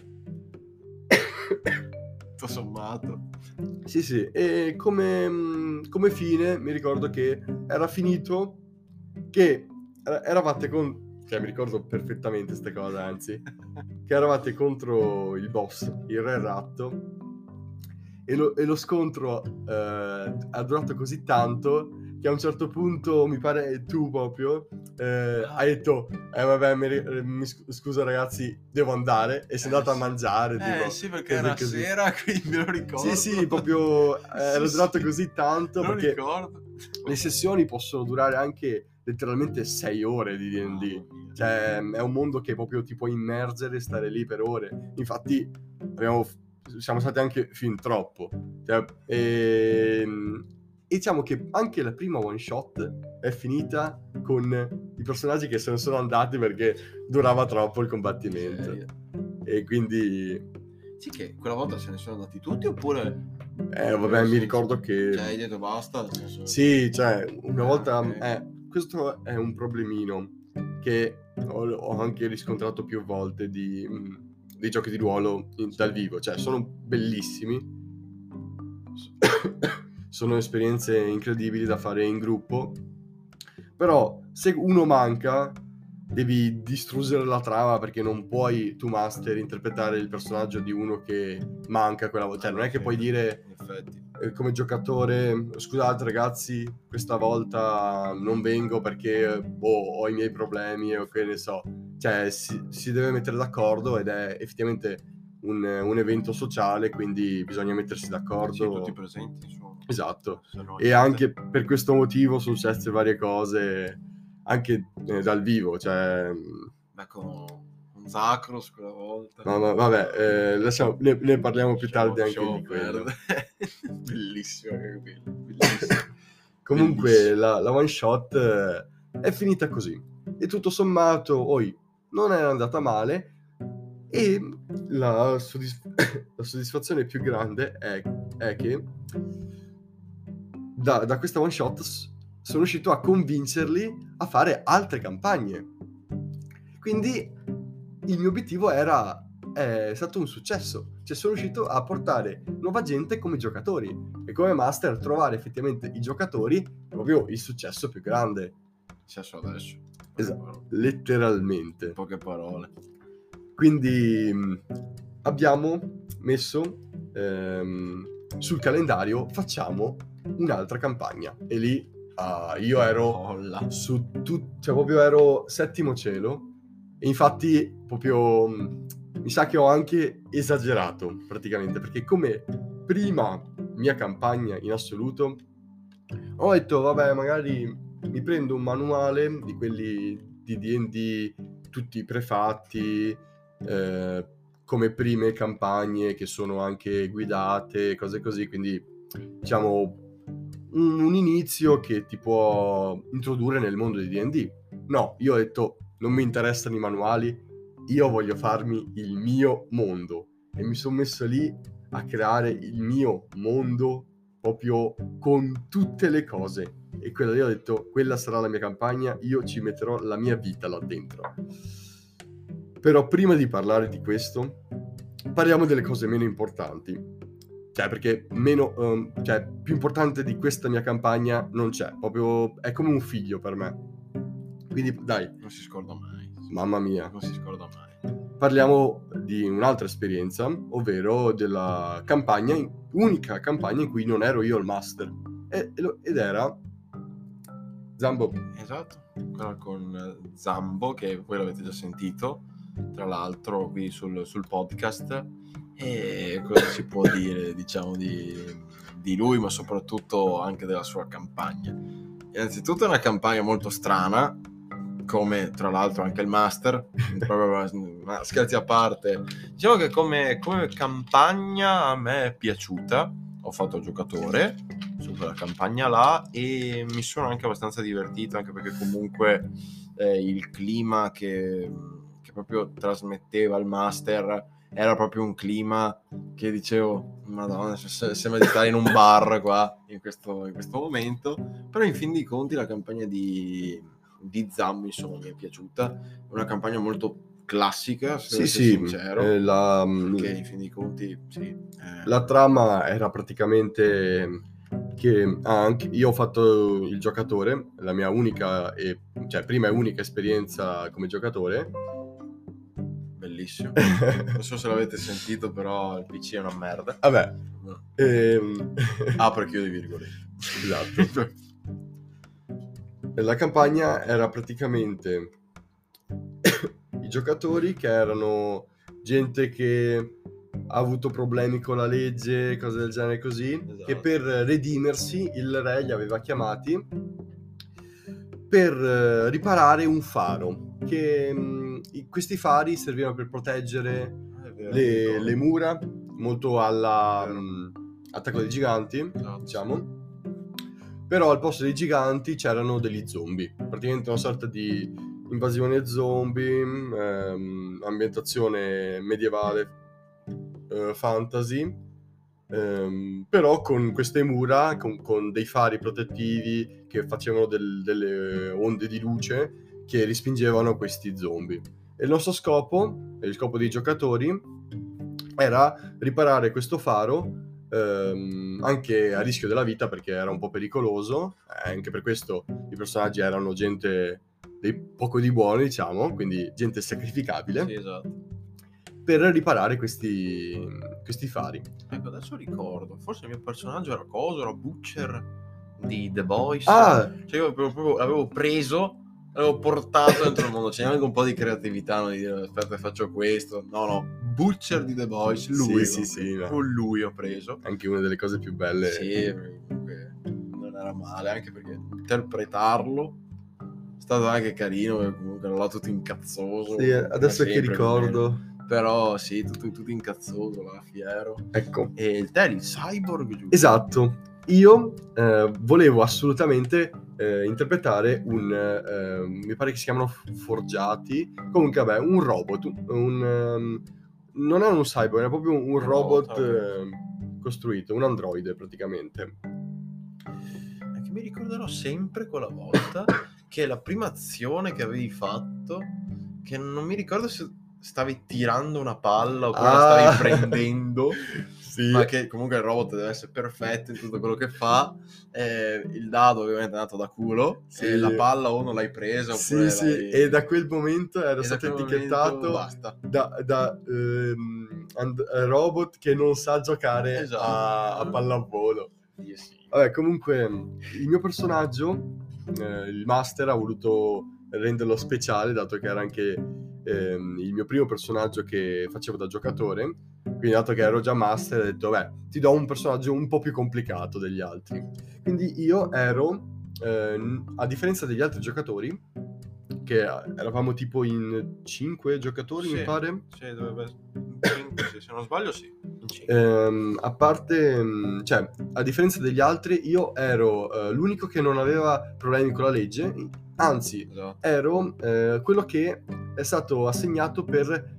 Tutto sommato. Sì, e come fine mi ricordo che era finito che eravate mi ricordo perfettamente queste cose, anzi, che eravate contro il boss, il Re Ratto, e lo scontro ha durato così tanto che a un certo punto, mi pare tu proprio, hai detto, vabbè, scusa ragazzi, devo andare, e sei andato a Sì. mangiare, tipo, Sì, perché cose era così. sera, quindi me lo ricordo. Sì, proprio Sì, era durato sì. così tanto, Me lo perché ricordo. le sessioni possono durare anche letteralmente 6 ore di D&D. Mamma mia. Cioè, è un mondo che proprio ti può immergere e stare lì per ore. Infatti siamo stati anche fin troppo. Cioè, e diciamo che anche la prima one shot è finita con i personaggi che se ne sono andati perché durava troppo il combattimento. Miseria. E quindi Sì, che quella volta se ne sono andati tutti, oppure vabbè, mi ricordo che cioè hai detto basta, nel senso... sì, cioè una volta ok. questo è un problemino che ho anche riscontrato più volte dei giochi di ruolo dal vivo, cioè sono bellissimi, sono esperienze incredibili da fare in gruppo, però se uno manca devi distruggere la trama, perché non puoi tu master interpretare il personaggio di uno che manca quella volta, cioè non è che Sì, puoi dire in effetti. come giocatore, scusate ragazzi, questa volta non vengo perché ho i miei problemi o che ne so. Cioè si deve mettere d'accordo, ed è effettivamente un evento sociale, quindi bisogna mettersi Sì, d'accordo. tutti presenti, insomma. Esatto. Se no E niente. anche per questo motivo sono successe varie cose anche dal vivo, cioè Beh, con Zacros quella volta. ma vabbè, ne parliamo più tardi anche di quello. perdere. Bellissimo anche quello, bellissimo. Comunque Bellissimo. la one shot è finita così, e tutto sommato non era andata male, e la soddisfazione più grande è che da questa one shot sono riuscito a convincerli a fare altre campagne. Quindi il mio obiettivo è stato un successo. Cioè sono riuscito a portare nuova gente come giocatori, e come master trovare effettivamente i giocatori è proprio il successo più grande. Successo adesso. Letteralmente. Poche parole. Quindi abbiamo messo sul calendario, facciamo un'altra campagna, e lì io ero Olla. cioè proprio ero settimo cielo, e infatti proprio mi sa che ho anche esagerato praticamente, perché come prima mia campagna in assoluto ho detto vabbè, magari mi prendo un manuale di quelli di D&D tutti prefatti, come prime campagne che sono anche guidate, cose così, quindi diciamo un inizio che ti può introdurre nel mondo di D&D. No, io ho detto non mi interessano i manuali, io voglio farmi il mio mondo, e mi son messo lì a creare il mio mondo proprio con tutte le cose, e quella lì ho detto quella sarà la mia campagna, io ci metterò la mia vita là dentro. Però prima di parlare di questo parliamo delle cose meno importanti. Cioè, perché cioè, più importante di questa mia campagna non c'è, proprio è come un figlio per me. Quindi dai, Non si scorda mai. mamma mia, Non si scorda mai. parliamo di un'altra esperienza, ovvero della unica campagna in cui non ero io il master, ed era Zambo. Esatto, quella con Zambo, che voi l'avete già sentito, tra l'altro qui sul podcast. E cosa si può dire, diciamo, di lui, ma soprattutto anche della sua campagna. Innanzitutto è una campagna molto strana, come tra l'altro anche il master, ma scherzi a parte. Diciamo che come campagna a me è piaciuta, ho fatto il giocatore su quella campagna là e mi sono anche abbastanza divertito, anche perché comunque il clima che proprio trasmetteva il master era proprio un clima che dicevo madonna, sembra di stare in un bar qua in questo momento. Però in fin dei conti la campagna di Zambo insomma mi è piaciuta, è una campagna molto classica, se devo essere sincero, che in fin dei conti sì, la trama era praticamente che anche io ho fatto il giocatore, la mia unica cioè prima e unica esperienza come giocatore. bellissimo. Non so se l'avete sentito, però il PC è una merda. Vabbè, Apro e chiudo i virgolette. esatto. La campagna era praticamente i giocatori che erano gente che ha avuto problemi con la legge, cose del genere così, Esatto. che per redimersi il re li aveva chiamati per riparare un faro, che questi fari servivano per proteggere È vero, mi ricordo. le mura, molto alla Vero. Attacco dei Giganti, Esatto, diciamo. Però al posto dei giganti c'erano degli zombie, praticamente una sorta di invasione zombie, ambientazione medievale, fantasy, però con queste mura, con dei fari protettivi che facevano delle onde di luce che respingevano questi zombie. E il nostro scopo, e il scopo dei giocatori, era riparare questo faro, anche a rischio della vita perché era un po' pericoloso, anche per questo i personaggi erano gente dei poco di buono, diciamo, quindi gente sacrificabile, Sì, esatto. per riparare questi fari. Ecco, adesso ricordo, forse il mio personaggio era Coso, era Butcher di The Boys. Ah! Cioè io proprio l'avevo preso, l'avevo portato dentro il mondo. C'è anche un po' di creatività, no? Di dire, aspetta, faccio questo. No, Butcher di The Boys, lui. Sì, no. Con lui ho preso. Anche una delle cose più belle. Sì, comunque non era male, anche perché interpretarlo è stato anche carino, perché comunque era là tutto incazzoso. Sì, adesso come che sempre, più o meno. ricordo. Però sì, tutto incazzoso, là, fiero. Ecco. E il te eri il cyborg, giusto? Esatto. Io volevo assolutamente interpretare mi pare che si chiamano forgiati. Comunque, vabbè, un robot, non era un cyborg, era proprio un robot costruito, un androide praticamente. È che mi ricorderò sempre quella volta che la prima azione che avevi fatto, che non mi ricordo se stavi tirando una palla oppure la stavi prendendo. Sì. Ma che comunque il robot deve essere perfetto in tutto quello che fa. Il dado ovviamente è andato da culo. Sì. E la palla o non l'hai presa oppure Sì, e da quel momento ero e da stato quel etichettato momento basta. da robot che non sa giocare Esatto. a pallavolo. Sì. Vabbè, comunque il mio personaggio, il master ha voluto renderlo speciale, dato che era anche il mio primo personaggio che facevo da giocatore. Quindi, dato che ero già master, ho detto, beh, ti do un personaggio un po' più complicato degli altri. Quindi io ero, a differenza degli altri giocatori, che eravamo tipo in 5 giocatori, Sì, mi pare. Sì, dovrebbe essere in 5, sì, se non sbaglio sì, in 5. A parte, cioè, a differenza degli altri, io ero l'unico che non aveva problemi con la legge, anzi, Esatto. ero quello che è stato assegnato per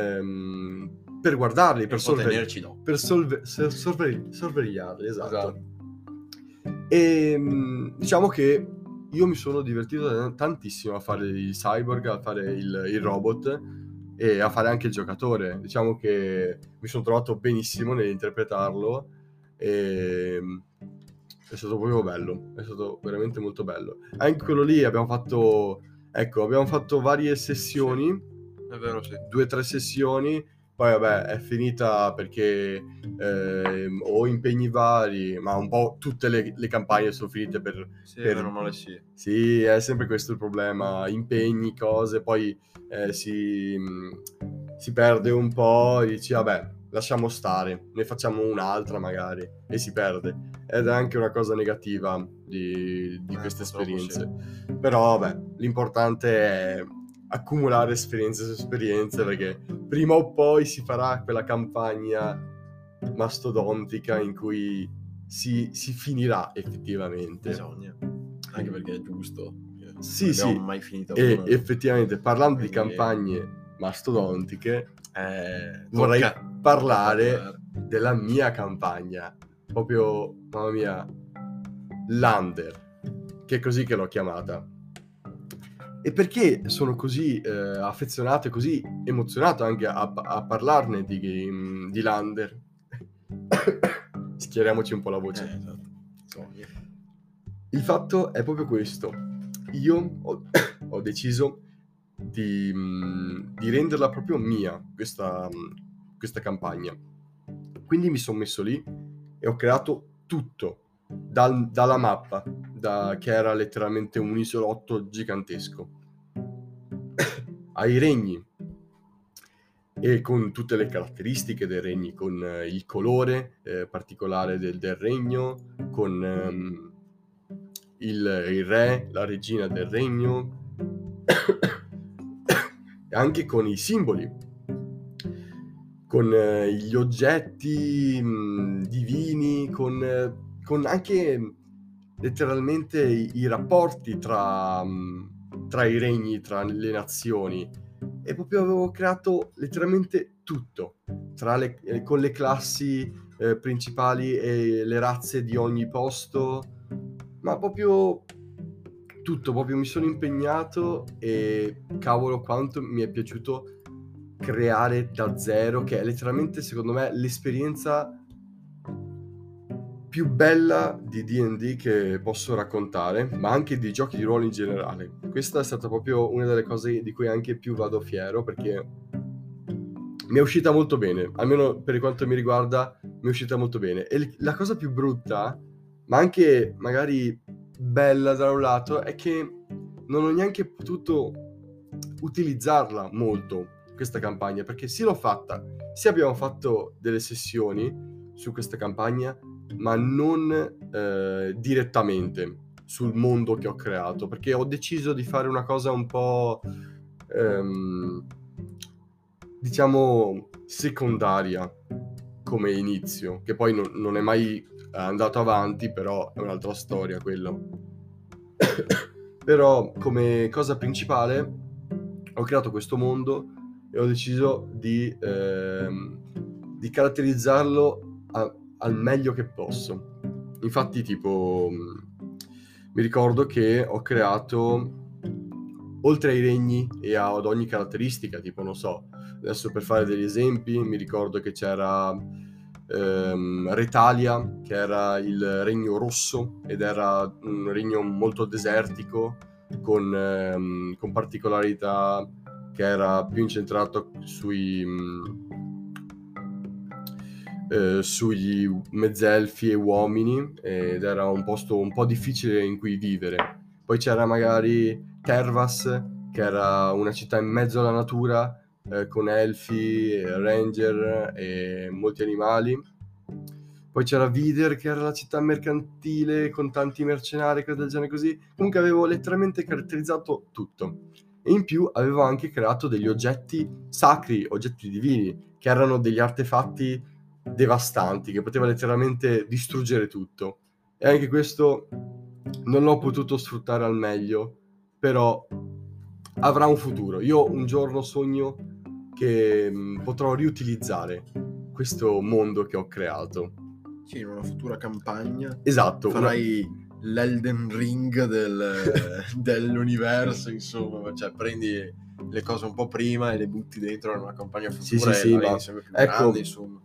guardarli, per tenerci no. per sorvegliarli, esatto. Esatto. Diciamo che io mi sono divertito tantissimo a fare il cyborg, a fare il robot e a fare anche il giocatore. Diciamo che mi sono trovato benissimo nell'interpretarlo e è stato proprio bello, è stato veramente molto bello. Anche quello lì abbiamo fatto varie sessioni, È vero, sì. 2 o 3 sessioni. Poi vabbè, è finita perché ho impegni vari, ma un po' tutte le campagne sono finite per... Sì, meno male sì. Sì, è sempre questo il problema, impegni, cose, poi si perde un po', e dici vabbè, lasciamo stare, ne facciamo un'altra magari, e si perde. Ed è anche una cosa negativa di queste esperienze. Sì. Però vabbè, l'importante è accumulare esperienze su esperienze, perché prima o poi si farà quella campagna mastodontica in cui si finirà effettivamente. Bisogna, anche perché è giusto. Sì, non abbiamo sì. mai finito E una. effettivamente, parlando di Quindi, campagne mastodontiche, vorrei vorrei parlare della mia campagna, proprio, mamma mia, Lander, che è così che l'ho chiamata. E perché sono così affezionato e così emozionato anche a parlarne di Lander? Schieriamoci un po' la voce. Esatto. Il fatto è proprio questo. Io ho deciso di renderla proprio mia, questa campagna. Quindi mi sono messo lì e ho creato tutto, dalla mappa, che era letteralmente un isolotto gigantesco, ai regni, e con tutte le caratteristiche dei regni, con il colore particolare del regno, con il re, la regina del regno, e anche con i simboli, con gli oggetti divini, con anche letteralmente i rapporti tra i regni, tra le nazioni. E proprio avevo creato letteralmente tutto, con le classi principali e le razze di ogni posto, ma proprio tutto, proprio mi sono impegnato, e cavolo quanto mi è piaciuto creare da zero, che è letteralmente, secondo me, l'esperienza più bella di D&D che posso raccontare, ma anche di giochi di ruolo in generale. Questa è stata proprio una delle cose di cui anche più vado fiero, perché mi è uscita molto bene, almeno per quanto mi riguarda mi è uscita molto bene. E la cosa più brutta, ma anche magari bella da un lato, è che non ho neanche potuto utilizzarla molto, questa campagna, perché sì, l'ho fatta, sì, abbiamo fatto delle sessioni su questa campagna, ma non direttamente sul mondo che ho creato, perché ho deciso di fare una cosa un po' diciamo secondaria come inizio, che poi non è mai andato avanti, però è un'altra storia quello. Però come cosa principale ho creato questo mondo e ho deciso di caratterizzarlo al meglio che posso. Infatti, tipo, mi ricordo che ho creato, oltre ai regni e ad ogni caratteristica, tipo, non so, adesso per fare degli esempi, mi ricordo che c'era Retalia, che era il regno rosso, ed era un regno molto desertico, con particolarità, che era più incentrato sugli mezzelfi e uomini, ed era un posto un po' difficile in cui vivere. Poi c'era magari Tervas, che era una città in mezzo alla natura, con elfi, ranger e molti animali. Poi c'era Vider, che era la città mercantile con tanti mercenari, cose del genere così. Comunque avevo letteralmente caratterizzato tutto. E in più avevo anche creato degli oggetti sacri, oggetti divini, che erano degli artefatti devastanti, che poteva letteralmente distruggere tutto. E anche questo non l'ho potuto sfruttare al meglio, però avrà un futuro. Io un giorno sogno che potrò riutilizzare questo mondo che ho creato. Sì, in una futura campagna Esatto. farai l'Elden Ring dell'universo, insomma, cioè prendi le cose un po' prima e le butti dentro in una campagna futura Sì, e la ma rendi sempre più ecco, grande, insomma.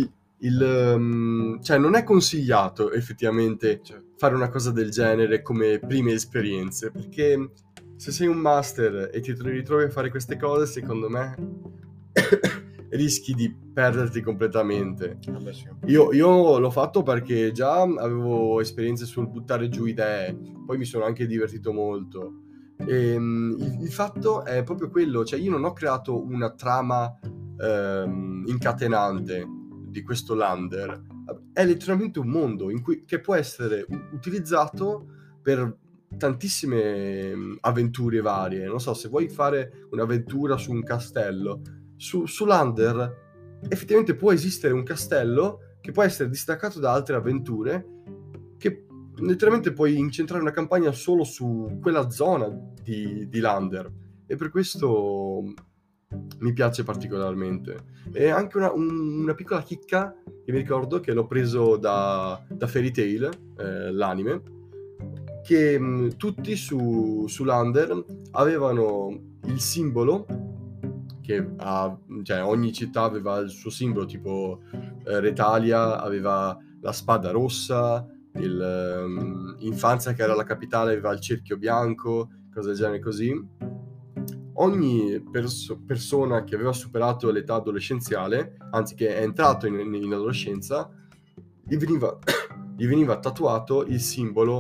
Cioè non è consigliato effettivamente Cioè, fare una cosa del genere come prime esperienze, perché se sei un master e ti ritrovi a fare queste cose, secondo me rischi di perderti completamente. vabbè, sì. Io l'ho fatto perché già avevo esperienze sul buttare giù idee, poi mi sono anche divertito molto. Il fatto è proprio quello, cioè io non ho creato una trama incatenante di questo Lander, è letteralmente un mondo che può essere utilizzato per tantissime avventure varie. Non so, se vuoi fare un'avventura su un castello, su Lander effettivamente può esistere un castello che può essere distaccato da altre avventure, che letteralmente puoi incentrare una campagna solo su quella zona di Lander, e per questo mi piace particolarmente. E anche una piccola chicca che mi ricordo, che l'ho preso da Fairy Tail, l'anime, che tutti su Lander avevano il simbolo, che cioè ogni città aveva il suo simbolo, tipo Retalia aveva la spada rossa, Infanzia, che era la capitale, aveva il cerchio bianco, cose del genere così. Ogni persona che aveva superato l'età adolescenziale, anzi che è entrato in adolescenza, gli veniva tatuato il simbolo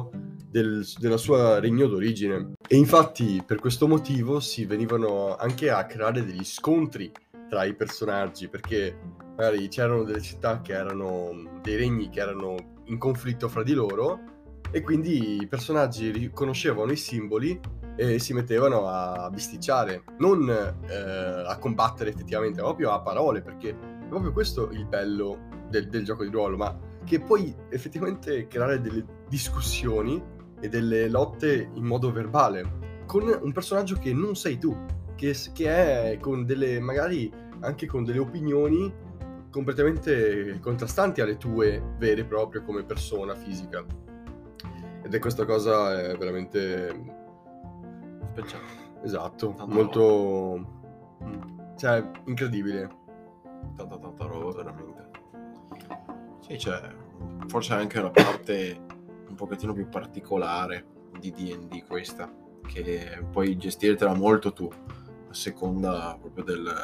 della sua regno d'origine. E infatti per questo motivo si venivano anche a creare degli scontri tra i personaggi, perché magari c'erano delle città che erano dei regni che erano in conflitto fra di loro, e quindi i personaggi riconoscevano i simboli e si mettevano a bisticciare, non a combattere effettivamente, ma proprio a parole, perché è proprio questo il bello del gioco di ruolo, ma che puoi effettivamente creare delle discussioni e delle lotte in modo verbale con un personaggio che non sei tu, che è con delle, magari anche con delle opinioni completamente contrastanti alle tue vere e proprie come persona fisica. Ed è questa cosa è veramente Speciale. esatto, Tanta molto cioè incredibile. Tanta roba, veramente. Sì, c'è forse anche una parte un pochettino più particolare di D&D questa, che puoi gestirtela molto tu, a seconda proprio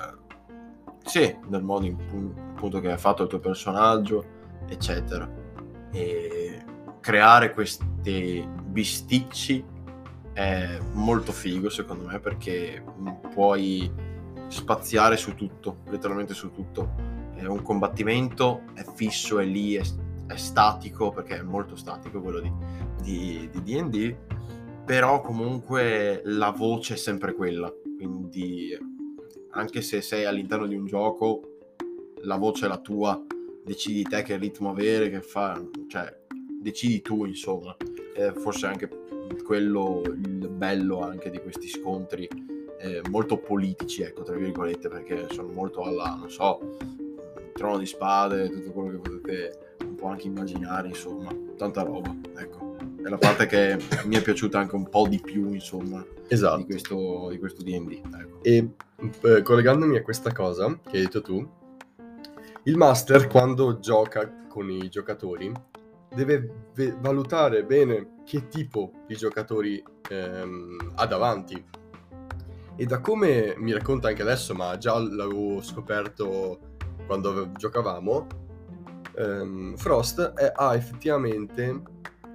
del modo appunto che hai fatto il tuo personaggio, eccetera. E creare questi bisticci è molto figo secondo me, perché puoi spaziare su tutto, letteralmente su tutto. È un combattimento, è fisso, è lì, è statico, perché è molto statico quello di D&D, però comunque la voce è sempre quella, quindi anche se sei all'interno di un gioco, la voce è la tua, decidi te che ritmo avere, che fa, cioè decidi tu, insomma. Forse anche quello il bello anche di questi scontri molto politici, ecco, tra virgolette, perché sono molto alla, non so, Trono di Spade, tutto quello che potete un po' anche immaginare, insomma, tanta roba, ecco. È la parte che mi è piaciuta anche un po' di più, insomma, Esatto. di questo D&D, ecco. E collegandomi a questa cosa che hai detto tu, il master quando gioca con i giocatori deve valutare bene che tipo di giocatori ha davanti. E da come mi racconta anche adesso, ma già l'avevo scoperto quando giocavamo, Frost ha effettivamente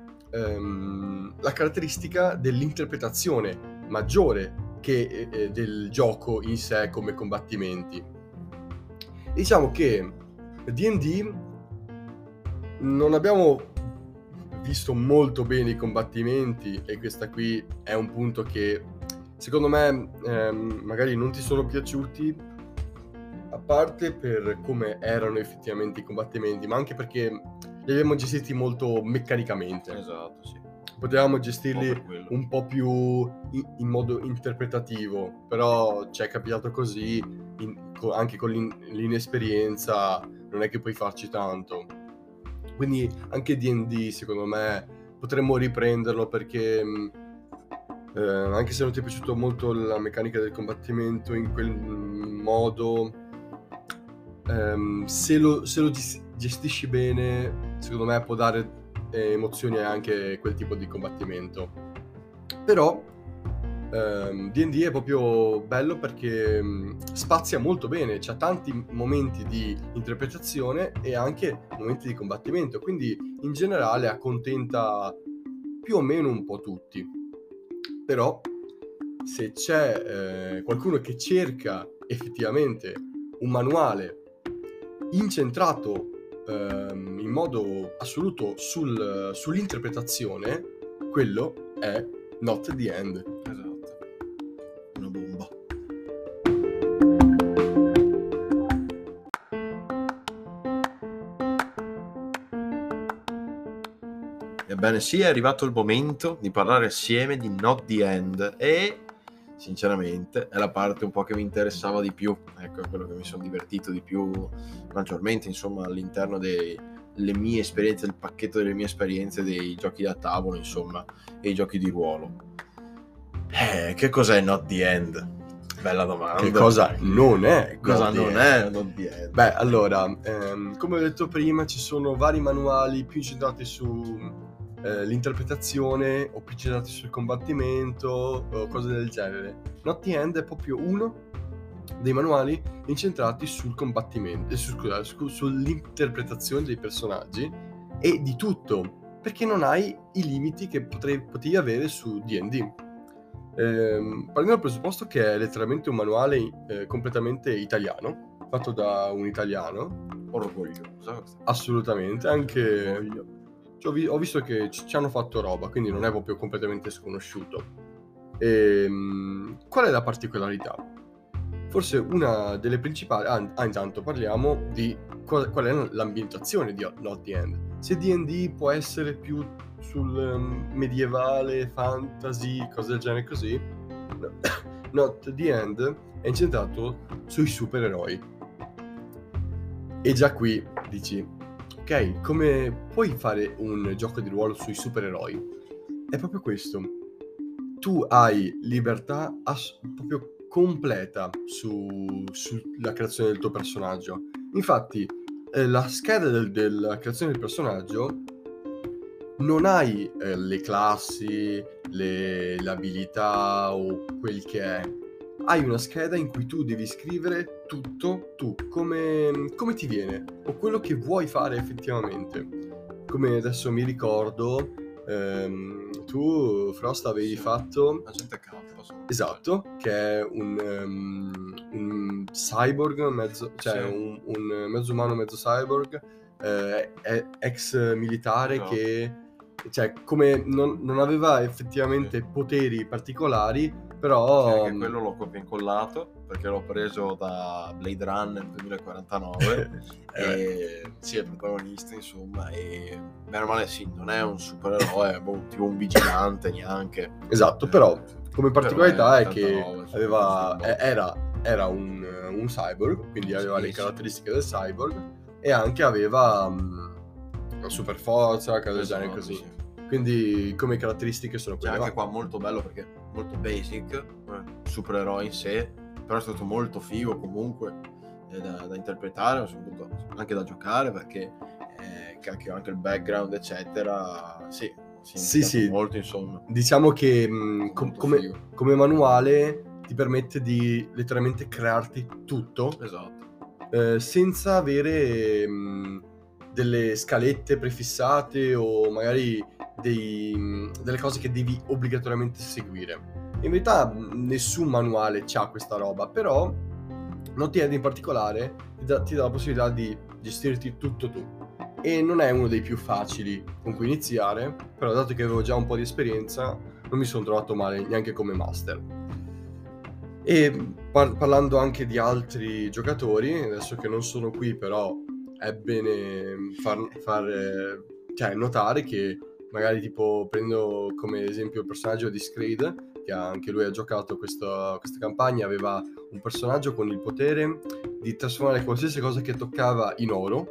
la caratteristica dell'interpretazione maggiore che del gioco in sé come combattimenti. Diciamo che D&D non abbiamo visto molto bene i combattimenti, e questa qui è un punto che secondo me magari non ti sono piaciuti, a parte per come erano effettivamente i combattimenti, ma anche perché li abbiamo gestiti molto meccanicamente. Esatto, sì. Potevamo gestirli per quello. un po' più in modo interpretativo, però ci è capitato così, anche con l'inesperienza non è che puoi farci tanto. Quindi anche D&D secondo me potremmo riprenderlo, perché anche se non ti è piaciuto molto la meccanica del combattimento in quel modo, se lo gestisci bene, secondo me può dare emozioni anche quel tipo di combattimento. Però D&D è proprio bello perché spazia molto bene, c'ha tanti momenti di interpretazione e anche momenti di combattimento, quindi in generale accontenta più o meno un po' tutti. Però se c'è qualcuno che cerca effettivamente un manuale incentrato in modo assoluto sull'interpretazione, quello è Not the End. Esatto. Una bomba. Ebbene sì, è arrivato il momento di parlare assieme di Not the End, e sinceramente è la parte un po' che mi interessava di più, ecco, è quello che mi sono divertito di più maggiormente, insomma, all'interno delle mie esperienze, il pacchetto delle mie esperienze dei giochi da tavolo, insomma, e i giochi di ruolo. Che cos'è Not the End? Bella domanda. Che cosa non è Cosa Not the non End? è Not the End? Beh, allora, come ho detto prima, ci sono vari manuali più incentrati su l'interpretazione o più incentrati sul combattimento o cose del genere. Not the End è proprio uno dei manuali incentrati sul combattimento, sull'interpretazione dei personaggi e di tutto, perché non hai i limiti che potevi avere su D&D. Partiamo dal presupposto che è letteralmente un manuale completamente italiano, fatto da un italiano. Orgoglioso. Assolutamente, anche Orgoglio. ho visto che ci hanno fatto roba, quindi non è proprio completamente sconosciuto. Qual è la particolarità? Forse una delle principali... intanto parliamo di qual è l'ambientazione di Not The End. Se D&D può essere più sul medievale, fantasy, cose del genere così, Not The End è incentrato sui supereroi. E già qui dici, ok, come puoi fare un gioco di ruolo sui supereroi? È proprio questo. Tu hai libertà proprio completa sulla creazione del tuo personaggio. Infatti, la scheda della creazione del personaggio non hai le classi, le abilità o quel che è. Hai una scheda in cui tu devi scrivere tutto tu, come ti viene, o quello che vuoi fare effettivamente. Come adesso mi ricordo, tu, Frost, avevi fatto... Agente K. Esatto, che è un cyborg, cioè Sì. un mezzo umano, mezzo cyborg, è ex militare, Esatto. che cioè come non aveva effettivamente poteri particolari, però Anche quello l'ho copia incollato perché l'ho preso da Blade Runner 2049 e sì, è il protagonista, insomma, e bene o male sì, non è un supereroe, è tipo un vigilante neanche. Esatto, però come particolarità è che 89, era un cyborg, quindi aveva le Sì. caratteristiche del cyborg e anche aveva super forza, cose del genere così. Sì. Quindi come caratteristiche sono Cioè, quelle. anche qua molto bello perché molto basic, supereroe in sé, però è stato molto figo comunque da interpretare, soprattutto anche da giocare, perché anche il background eccetera, sì, Sì, molto, insomma. Diciamo che Molto figo. come manuale ti permette di letteralmente crearti tutto, Esatto. senza avere delle scalette prefissate o magari delle cose che devi obbligatoriamente seguire. In verità nessun manuale c'ha questa roba, però Not The End in particolare ti dà la possibilità di gestirti tutto tu. E non è uno dei più facili con cui iniziare, però dato che avevo già un po' di esperienza non mi sono trovato male neanche come master. E parlando anche di altri giocatori, adesso che non sono qui, però è bene far notare che magari tipo prendo come esempio il personaggio di Screed, che anche lui ha giocato questa campagna, aveva un personaggio con il potere di trasformare qualsiasi cosa che toccava in oro,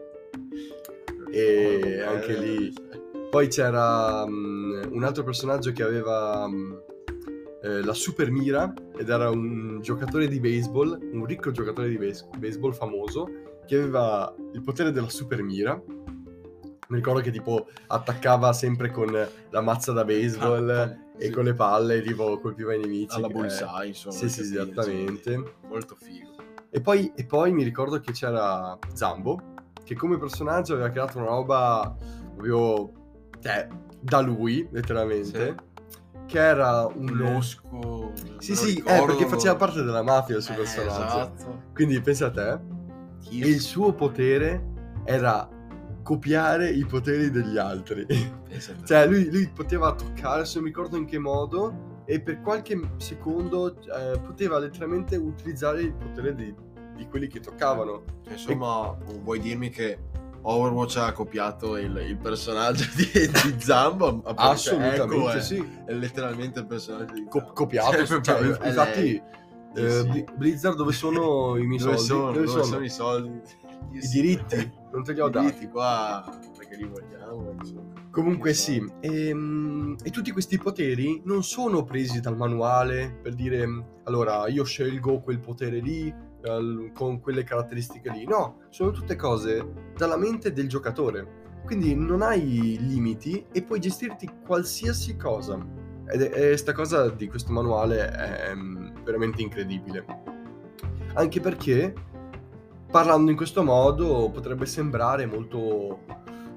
e anche lì poi c'era un altro personaggio che aveva la super mira, ed era un giocatore di baseball, un ricco giocatore di baseball famoso, che aveva il potere della super mira. Mi ricordo che tipo attaccava sempre con la mazza da baseball e con le palle tipo colpiva i nemici alla bullseye, insomma. Sì, esattamente. Molto figo. E poi mi ricordo che c'era Zambo, che come personaggio aveva creato una roba proprio da lui, letteralmente, che era un losco. Sì, perché faceva parte della mafia il suo personaggio. Esatto. Quindi pensa a te, e il suo potere era copiare i poteri degli altri. Cioè lui poteva toccare, se non mi ricordo in che modo, e per qualche secondo poteva letteralmente utilizzare il potere di quelli che toccavano. Insomma, vuoi dirmi che Overwatch ha copiato il personaggio di Zambo? Assolutamente sì. È letteralmente il personaggio di Zambo. Copiato, infatti Blizzard, dove sono i miei soldi? Dove sono i soldi? I diritti? Non te li ho dati qua perché li vogliamo, insomma. Comunque sì, e tutti questi poteri non sono presi dal manuale per dire allora io scelgo quel potere lì con quelle caratteristiche lì. No, sono tutte cose dalla mente del giocatore, quindi non hai limiti e puoi gestirti qualsiasi cosa. E sta cosa di questo manuale è veramente incredibile, anche perché parlando in questo modo potrebbe sembrare molto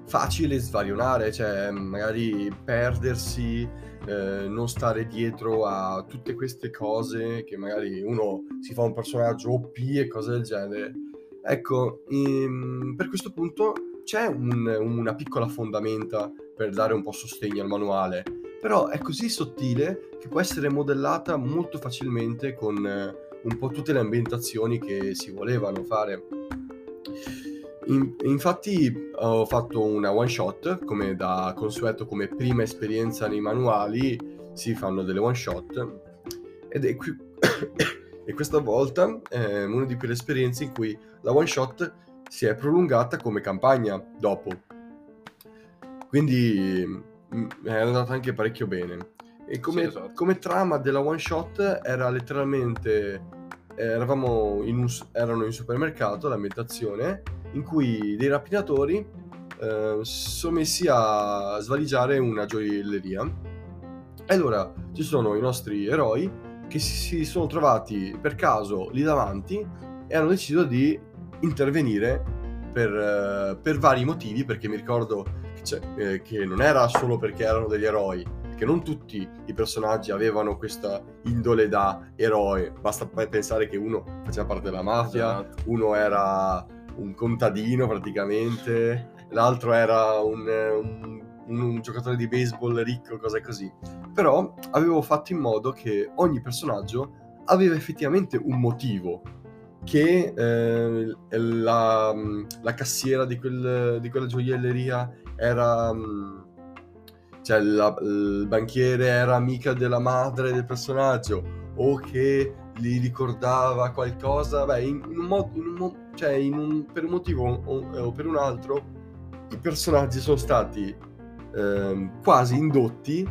facile svarionare, cioè magari perdersi, non stare dietro a tutte queste cose che magari uno si fa un personaggio OP e cose del genere. Ecco, per questo punto c'è una piccola fondamenta per dare un po' sostegno al manuale, però è così sottile che può essere modellata molto facilmente con un po' tutte le ambientazioni che si volevano fare. Infatti ho fatto una one shot, come da consueto, come prima esperienza nei manuali si fanno delle one shot, ed è qui e questa volta è una di quelle esperienze in cui la one shot si è prolungata come campagna dopo, quindi è andata anche parecchio bene. E Sì, esatto. come trama della one shot era letteralmente erano in supermercato, l'ambientazione, in cui dei rapinatori si sono messi a svaligiare una gioielleria. E allora ci sono i nostri eroi che si sono trovati per caso lì davanti e hanno deciso di intervenire per vari motivi, perché mi ricordo che non era solo perché erano degli eroi, perché non tutti i personaggi avevano questa indole da eroe. Basta pensare che uno faceva parte della mafia, Esatto. uno era un contadino praticamente, l'altro era un giocatore di baseball ricco, cose così. Però avevo fatto in modo che ogni personaggio aveva effettivamente un motivo, che la cassiera di quella gioielleria era cioè il banchiere era amica della madre del personaggio, o che gli ricordava qualcosa. Beh, per un motivo o per un altro i personaggi sono stati quasi indotti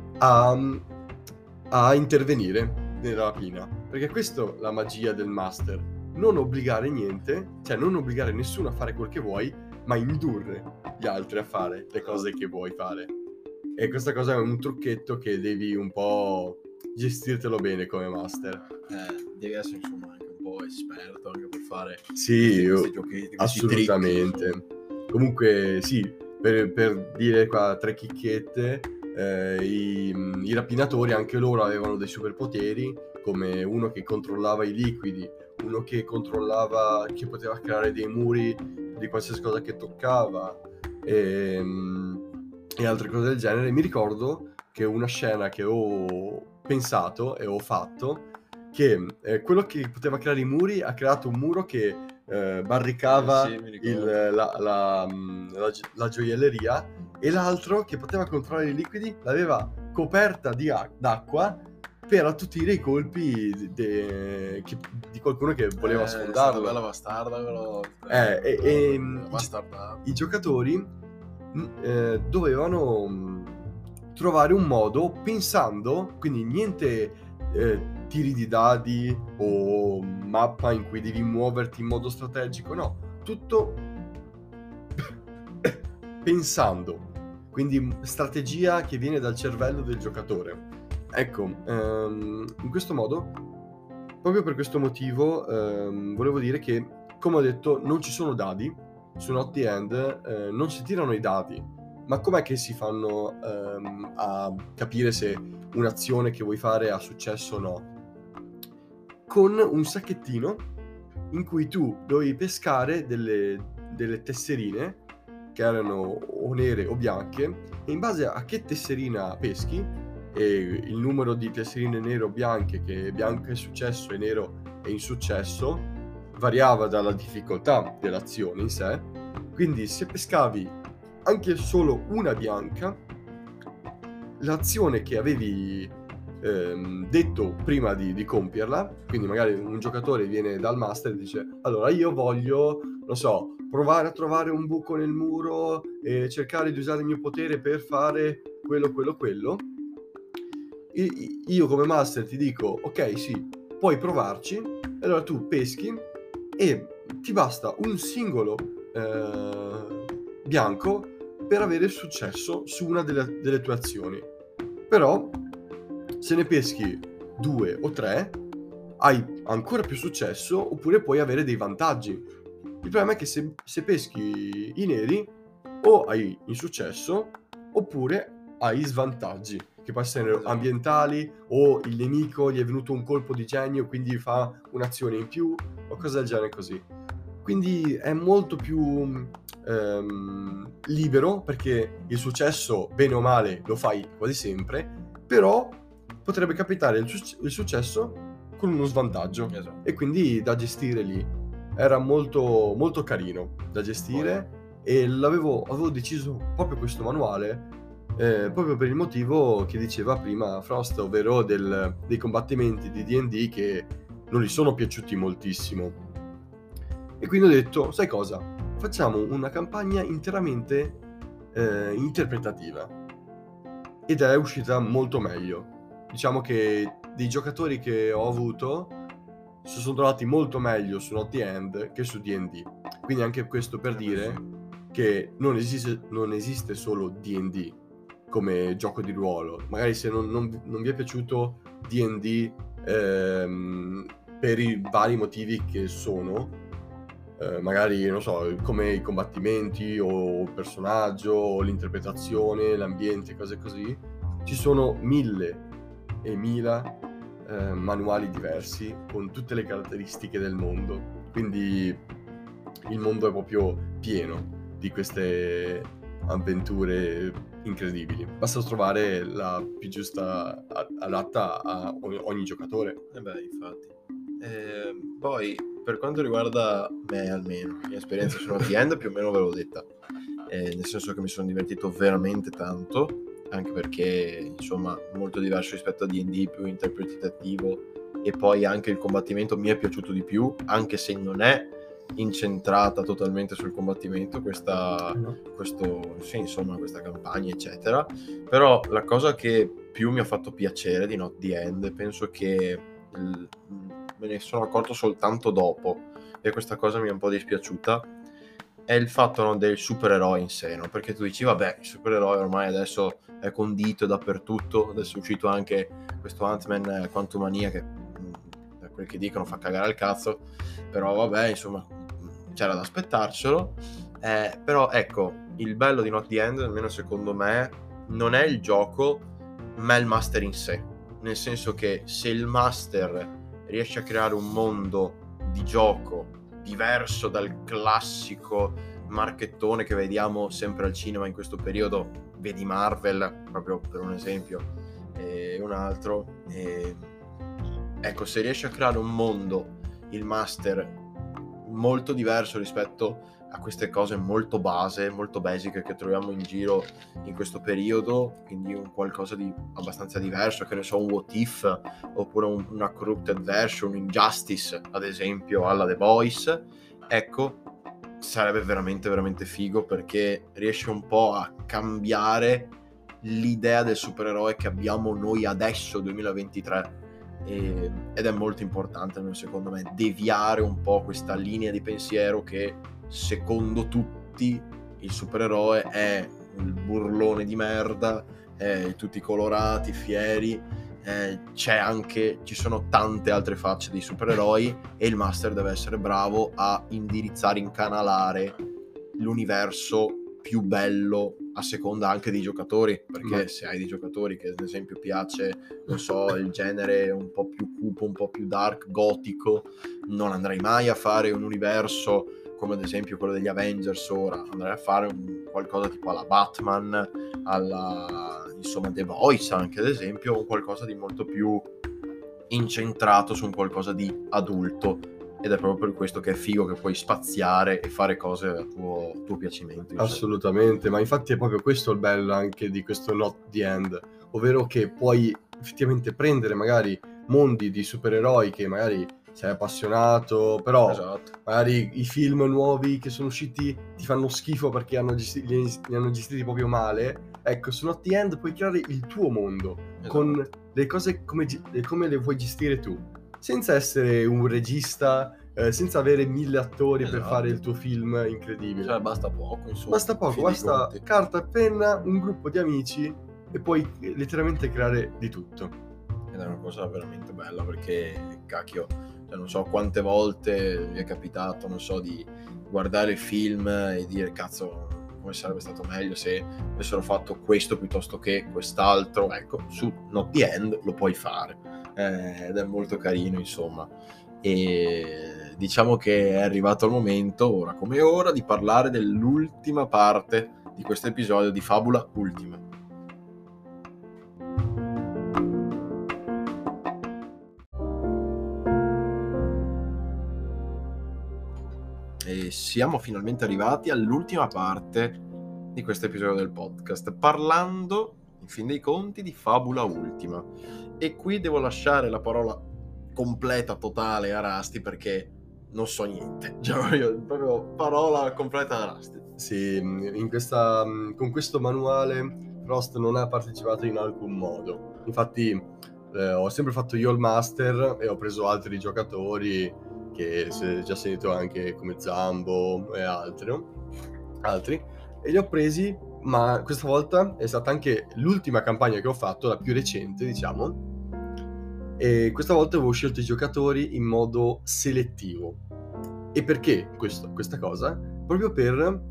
a intervenire nella rapina, perché questo è la magia del master: non obbligare niente, cioè non obbligare nessuno a fare quel che vuoi, ma indurre gli altri a fare le cose che vuoi fare. E questa cosa è un trucchetto che devi un po' gestirtelo bene come master. Devi essere insomma anche un po' esperto anche per fare Sì, questi giochetti, questi assolutamente. trick. Comunque sì, per dire qua 3 chicchette, i rapinatori anche loro avevano dei superpoteri, come uno che controllava i liquidi, uno che poteva creare dei muri di qualsiasi cosa che toccava, e altre cose del genere. Mi ricordo che una scena che ho pensato e ho fatto, che quello che poteva creare i muri ha creato un muro che barricava Sì, mi ricordo. la gioielleria, e l'altro che poteva controllare i liquidi l'aveva coperta d'acqua per attutire i colpi di qualcuno che voleva È stata sfondarlo. bella bastarda quella volta. Bastardata. I giocatori dovevano trovare un modo, pensando, quindi niente tiri di dadi o mappa in cui devi muoverti in modo strategico, no, tutto pensando, quindi strategia che viene dal cervello del giocatore. Ecco, in questo modo, proprio per questo motivo, volevo dire che, come ho detto, non ci sono dadi su Not the End, non si tirano i dadi, ma com'è che si fanno a capire se un'azione che vuoi fare ha successo o no? Con un sacchettino in cui tu dovevi pescare delle tesserine che erano o nere o bianche, e in base a che tesserina peschi e il numero di tesserine nere o bianche, che bianco è successo e nero è insuccesso, variava dalla difficoltà dell'azione in sé. Quindi se pescavi anche solo una bianca, l'azione che avevi detto prima di compierla, quindi magari un giocatore viene dal master e dice: allora io voglio, non so, provare a trovare un buco nel muro e cercare di usare il mio potere per fare quello. Io come master ti dico: ok, sì, puoi provarci. Allora tu peschi e ti basta un singolo bianco per avere successo su una delle tue azioni. Però se ne peschi 2 o 3 hai ancora più successo, oppure puoi avere dei vantaggi. Il problema è che se peschi i neri o hai insuccesso oppure hai svantaggi, che possono essere ambientali o il nemico gli è venuto un colpo di genio quindi fa un'azione in più o cose del genere così. Quindi è molto più libero, perché il successo bene o male lo fai quasi sempre, però potrebbe capitare il successo con uno svantaggio. Esatto. E quindi da gestire lì era molto, molto carino da gestire, e avevo deciso proprio questo manuale proprio per il motivo che diceva prima Frost, ovvero dei combattimenti di D&D che non gli sono piaciuti moltissimo. E quindi ho detto, sai cosa? Facciamo una campagna interamente interpretativa. Ed è uscita molto meglio. Diciamo che dei giocatori che ho avuto si sono trovati molto meglio su Not The End che su D&D. Quindi anche questo per dire che non esiste solo D&D come gioco di ruolo. Magari se non vi è piaciuto D&D per i vari motivi che sono, magari non so, come i combattimenti o il personaggio o l'interpretazione, l'ambiente, cose così, ci sono 1000 e 1000 manuali diversi con tutte le caratteristiche del mondo. Quindi il mondo è proprio pieno di queste avventure incredibili. Basta trovare la più giusta adatta a ogni giocatore. Infatti. Poi, per quanto riguarda me, almeno, la mia esperienza su Not The End più o meno ve l'ho detta. Nel senso che mi sono divertito veramente tanto, anche perché, insomma, molto diverso rispetto a D&D, più interpretativo, e poi anche il combattimento mi è piaciuto di più, anche se non è incentrata totalmente sul combattimento questa campagna, eccetera. Però la cosa che più mi ha fatto piacere di Not The End, penso che me ne sono accorto soltanto dopo, e questa cosa mi è un po' dispiaciuta, è il fatto, no, del supereroe in sé, no? Perché tu dici, vabbè, il supereroe ormai adesso è condito dappertutto, adesso è uscito anche questo Ant-Man Quantumania che, da quel che dicono, fa cagare al cazzo, però vabbè, insomma, c'era da aspettarcelo. Però ecco, il bello di Not The End, almeno secondo me, non è il gioco, ma è il master in sé. Nel senso che se il master riesce a creare un mondo di gioco diverso dal classico marchettone che vediamo sempre al cinema in questo periodo, vedi Marvel, proprio per un esempio, e un altro, ecco, se riesce a creare un mondo, il master, molto diverso rispetto a queste cose molto basic che troviamo in giro in questo periodo, quindi un qualcosa di abbastanza diverso, che ne so, un What If, oppure una corrupted version, un Injustice, ad esempio, alla The Boys, ecco, sarebbe veramente veramente figo, perché riesce un po' a cambiare l'idea del supereroe che abbiamo noi adesso, 2023, ed è molto importante, secondo me, deviare un po' questa linea di pensiero che secondo tutti il supereroe è il burlone di merda, tutti colorati, fieri. Ci sono tante altre facce dei supereroi, e il master deve essere bravo a indirizzare, incanalare l'universo più bello a seconda anche dei giocatori, perché se hai dei giocatori che ad esempio piace, non so, il genere un po' più cupo, un po' più dark, gotico, non andrai mai a fare un universo come ad esempio quello degli Avengers. Ora andrai a fare qualcosa tipo alla Batman, alla, insomma, The Voice anche ad esempio, o qualcosa di molto più incentrato su un qualcosa di adulto, ed è proprio per questo che è figo che puoi spaziare e fare cose a tuo piacimento, insomma. Assolutamente, ma infatti è proprio questo il bello anche di questo Not The End, ovvero che puoi effettivamente prendere magari mondi di supereroi che magari sei appassionato, però Esatto. magari i film nuovi che sono usciti ti fanno schifo perché li hanno gestiti proprio male. Ecco, su Not The End puoi creare il tuo mondo, Esatto, con le cose come le vuoi gestire tu, senza essere un regista, senza avere 1000 attori per fare il tuo film incredibile. Cioè, basta poco, insomma. Basta poco, basta carta e penna, un gruppo di amici, e puoi letteralmente creare di tutto. Ed è una cosa veramente bella, perché, cacchio, cioè, non so quante volte mi è capitato, non so, di guardare il film e dire, cazzo, come sarebbe stato meglio se avessero fatto questo piuttosto che quest'altro. Ecco, su Not the End lo puoi fare, ed è molto carino, insomma. E diciamo che è arrivato il momento, ora come ora, di parlare dell'ultima parte di questo episodio di Fabula Ultima. E siamo finalmente arrivati all'ultima parte di questo episodio del podcast, parlando, in fin dei conti, di Fabula Ultima. E qui devo lasciare la parola completa, totale a Rusty, perché non so niente. Cioè, io, proprio parola completa a Rusty. Sì, con questo manuale Frost non ha partecipato in alcun modo. Infatti ho sempre fatto io il master e ho preso altri giocatori che si è già sentito anche come Zambo e altri, e li ho presi, ma questa volta è stata anche l'ultima campagna che ho fatto, la più recente, diciamo, e questa volta avevo scelto i giocatori in modo selettivo. E perché questa cosa? Proprio per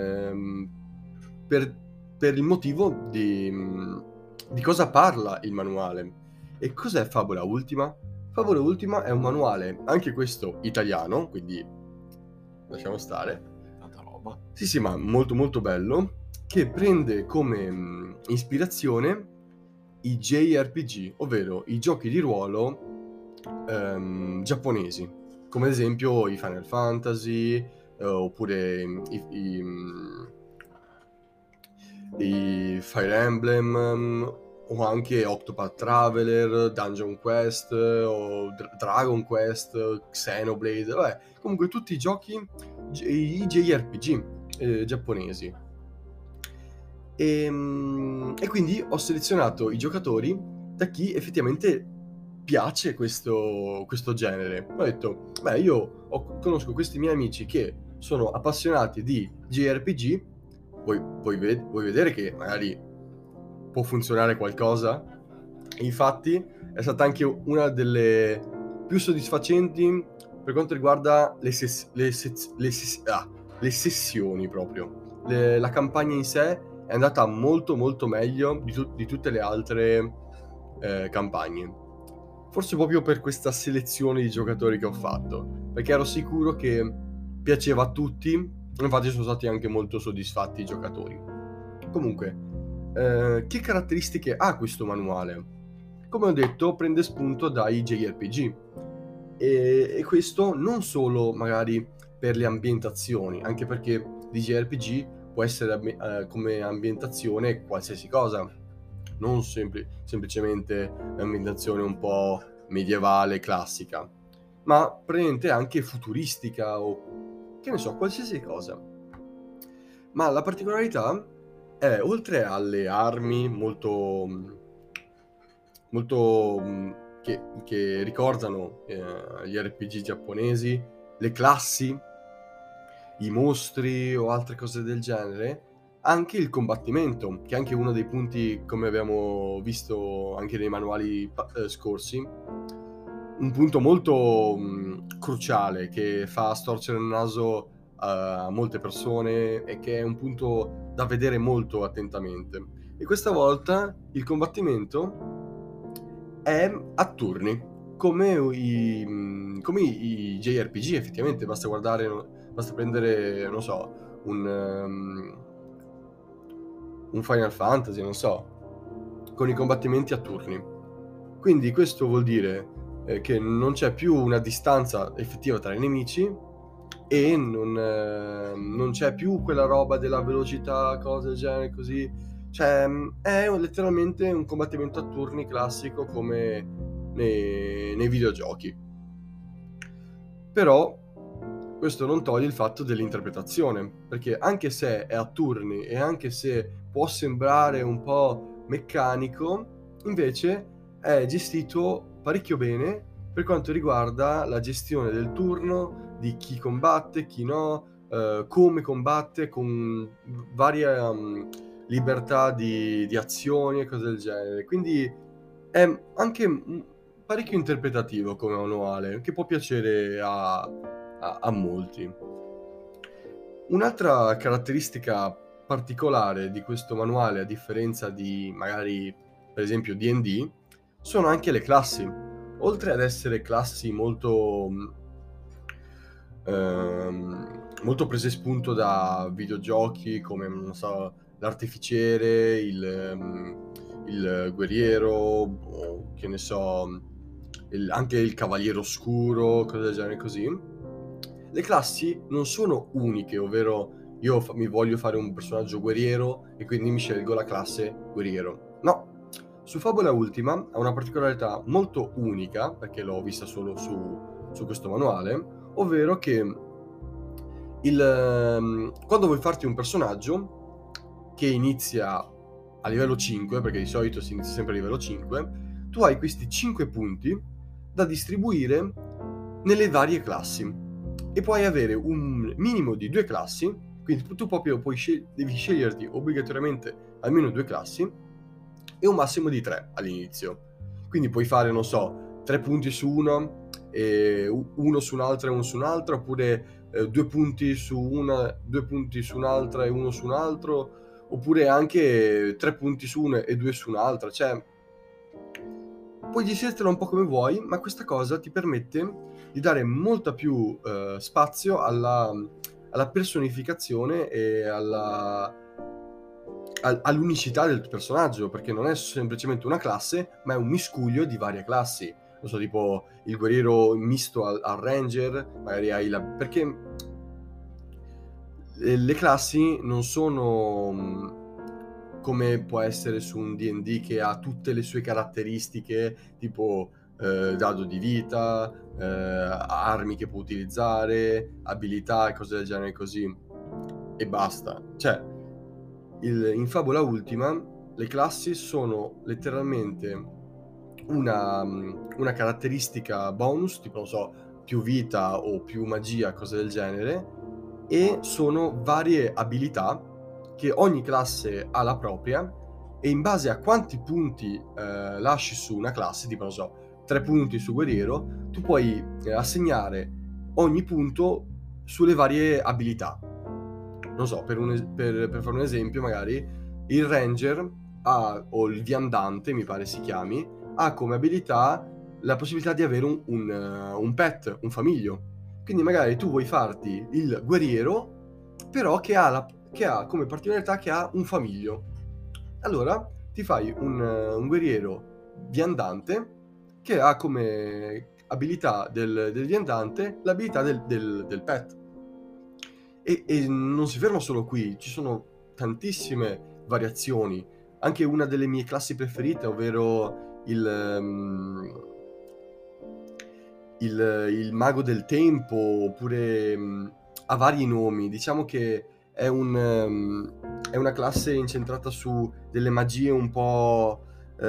il motivo di cosa parla il manuale. E cos'è Fabula Ultima? Fabula Ultima è un manuale, anche questo italiano, quindi lasciamo stare. Tanta roba. Sì, ma molto molto bello, che prende come ispirazione i JRPG, ovvero i giochi di ruolo giapponesi, come ad esempio i Final Fantasy, oppure i Fire Emblem, o anche Octopath Traveler, Dungeon Quest, o Dragon Quest, Xenoblade, vabbè, comunque tutti i giochi, i JRPG giapponesi. E quindi ho selezionato i giocatori da chi effettivamente piace questo genere. Ho detto, beh, io conosco questi miei amici che sono appassionati di JRPG, vuoi vedere che magari può funzionare qualcosa? E infatti è stata anche una delle più soddisfacenti per quanto riguarda le sessioni proprio. La campagna in sé è andata molto molto meglio di tutte le altre campagne. Forse proprio per questa selezione di giocatori che ho fatto, perché ero sicuro che piaceva a tutti, infatti sono stati anche molto soddisfatti i giocatori. Comunque, che caratteristiche ha questo manuale? Come ho detto, prende spunto dai JRPG, e questo non solo magari per le ambientazioni, anche perché di JRPG può essere come ambientazione qualsiasi cosa, non semplicemente un'ambientazione un po' medievale, classica, ma praticamente anche futuristica o che ne so, qualsiasi cosa. Ma la particolarità è, oltre alle armi molto che ricordano gli RPG giapponesi, le classi, i mostri o altre cose del genere, anche il combattimento, che è anche uno dei punti, come abbiamo visto anche nei manuali scorsi, un punto molto cruciale che fa storcere il naso a molte persone e che è un punto da vedere molto attentamente. E questa volta il combattimento è a turni, come i JRPG, effettivamente. Basta prendere, non so, un Final Fantasy, non so, con i combattimenti a turni. Quindi questo vuol dire che non c'è più una distanza effettiva tra i nemici e non c'è più quella roba della velocità, cose del genere così. Cioè, è letteralmente un combattimento a turni classico come nei videogiochi. Però questo non toglie il fatto dell'interpretazione, perché anche se è a turni e anche se può sembrare un po' meccanico, invece è gestito parecchio bene per quanto riguarda la gestione del turno, di chi combatte, chi no, come combatte, con varie libertà di azioni e cose del genere. Quindi è anche parecchio interpretativo come manuale, che può piacere a molti. Un'altra caratteristica particolare di questo manuale, a differenza di magari, per esempio, D&D, sono anche le classi. Oltre ad essere classi molto prese spunto da videogiochi come, non so, l'artificiere, il guerriero, o che ne so, anche il cavaliere oscuro, cose del genere così. Le classi non sono uniche, ovvero io mi voglio fare un personaggio guerriero e quindi mi scelgo la classe guerriero. No, su Fabula Ultima ha una particolarità molto unica, perché l'ho vista solo su questo manuale, ovvero che quando vuoi farti un personaggio che inizia a livello 5, perché di solito si inizia sempre a livello 5, tu hai questi 5 punti da distribuire nelle varie classi e puoi avere un minimo di 2 classi, quindi tu proprio devi sceglierti obbligatoriamente almeno 2 classi e un massimo di 3 all'inizio. Quindi puoi fare, non so, 3 punti su uno, e uno su un'altra e uno su un'altra, oppure 2 punti su una, 2 punti su un'altra e uno su un altro, oppure anche 3 punti su una e 2 su un'altra. Cioè, puoi gestirtela un po' come vuoi, ma questa cosa ti permette di dare molta più spazio alla personificazione e all'unicità del personaggio, perché non è semplicemente una classe, ma è un miscuglio di varie classi. Non so, tipo il guerriero misto al ranger, magari hai perché le classi non sono come può essere su un D&D che ha tutte le sue caratteristiche, tipo dado di vita, armi che può utilizzare, abilità e cose del genere così, e basta. Cioè, in Fabula Ultima le classi sono letteralmente una caratteristica bonus, tipo, non so, più vita o più magia, cose del genere, e sono varie abilità che ogni classe ha la propria, e in base a quanti punti lasci su una classe, tipo, non so, 3 punti su guerriero, tu puoi assegnare ogni punto sulle varie abilità. Non so, per fare un esempio, magari il ranger o il viandante, mi pare si chiami, ha come abilità la possibilità di avere un pet, un famiglio. Quindi magari tu vuoi farti il guerriero, però che ha come particolarità che ha un famiglio. Allora ti fai un guerriero viandante che ha come abilità del viandante l'abilità del pet. E non si ferma solo qui, ci sono tantissime variazioni. Anche una delle mie classi preferite, ovvero il mago del tempo, oppure ha vari nomi. Diciamo che è una classe incentrata su delle magie un po'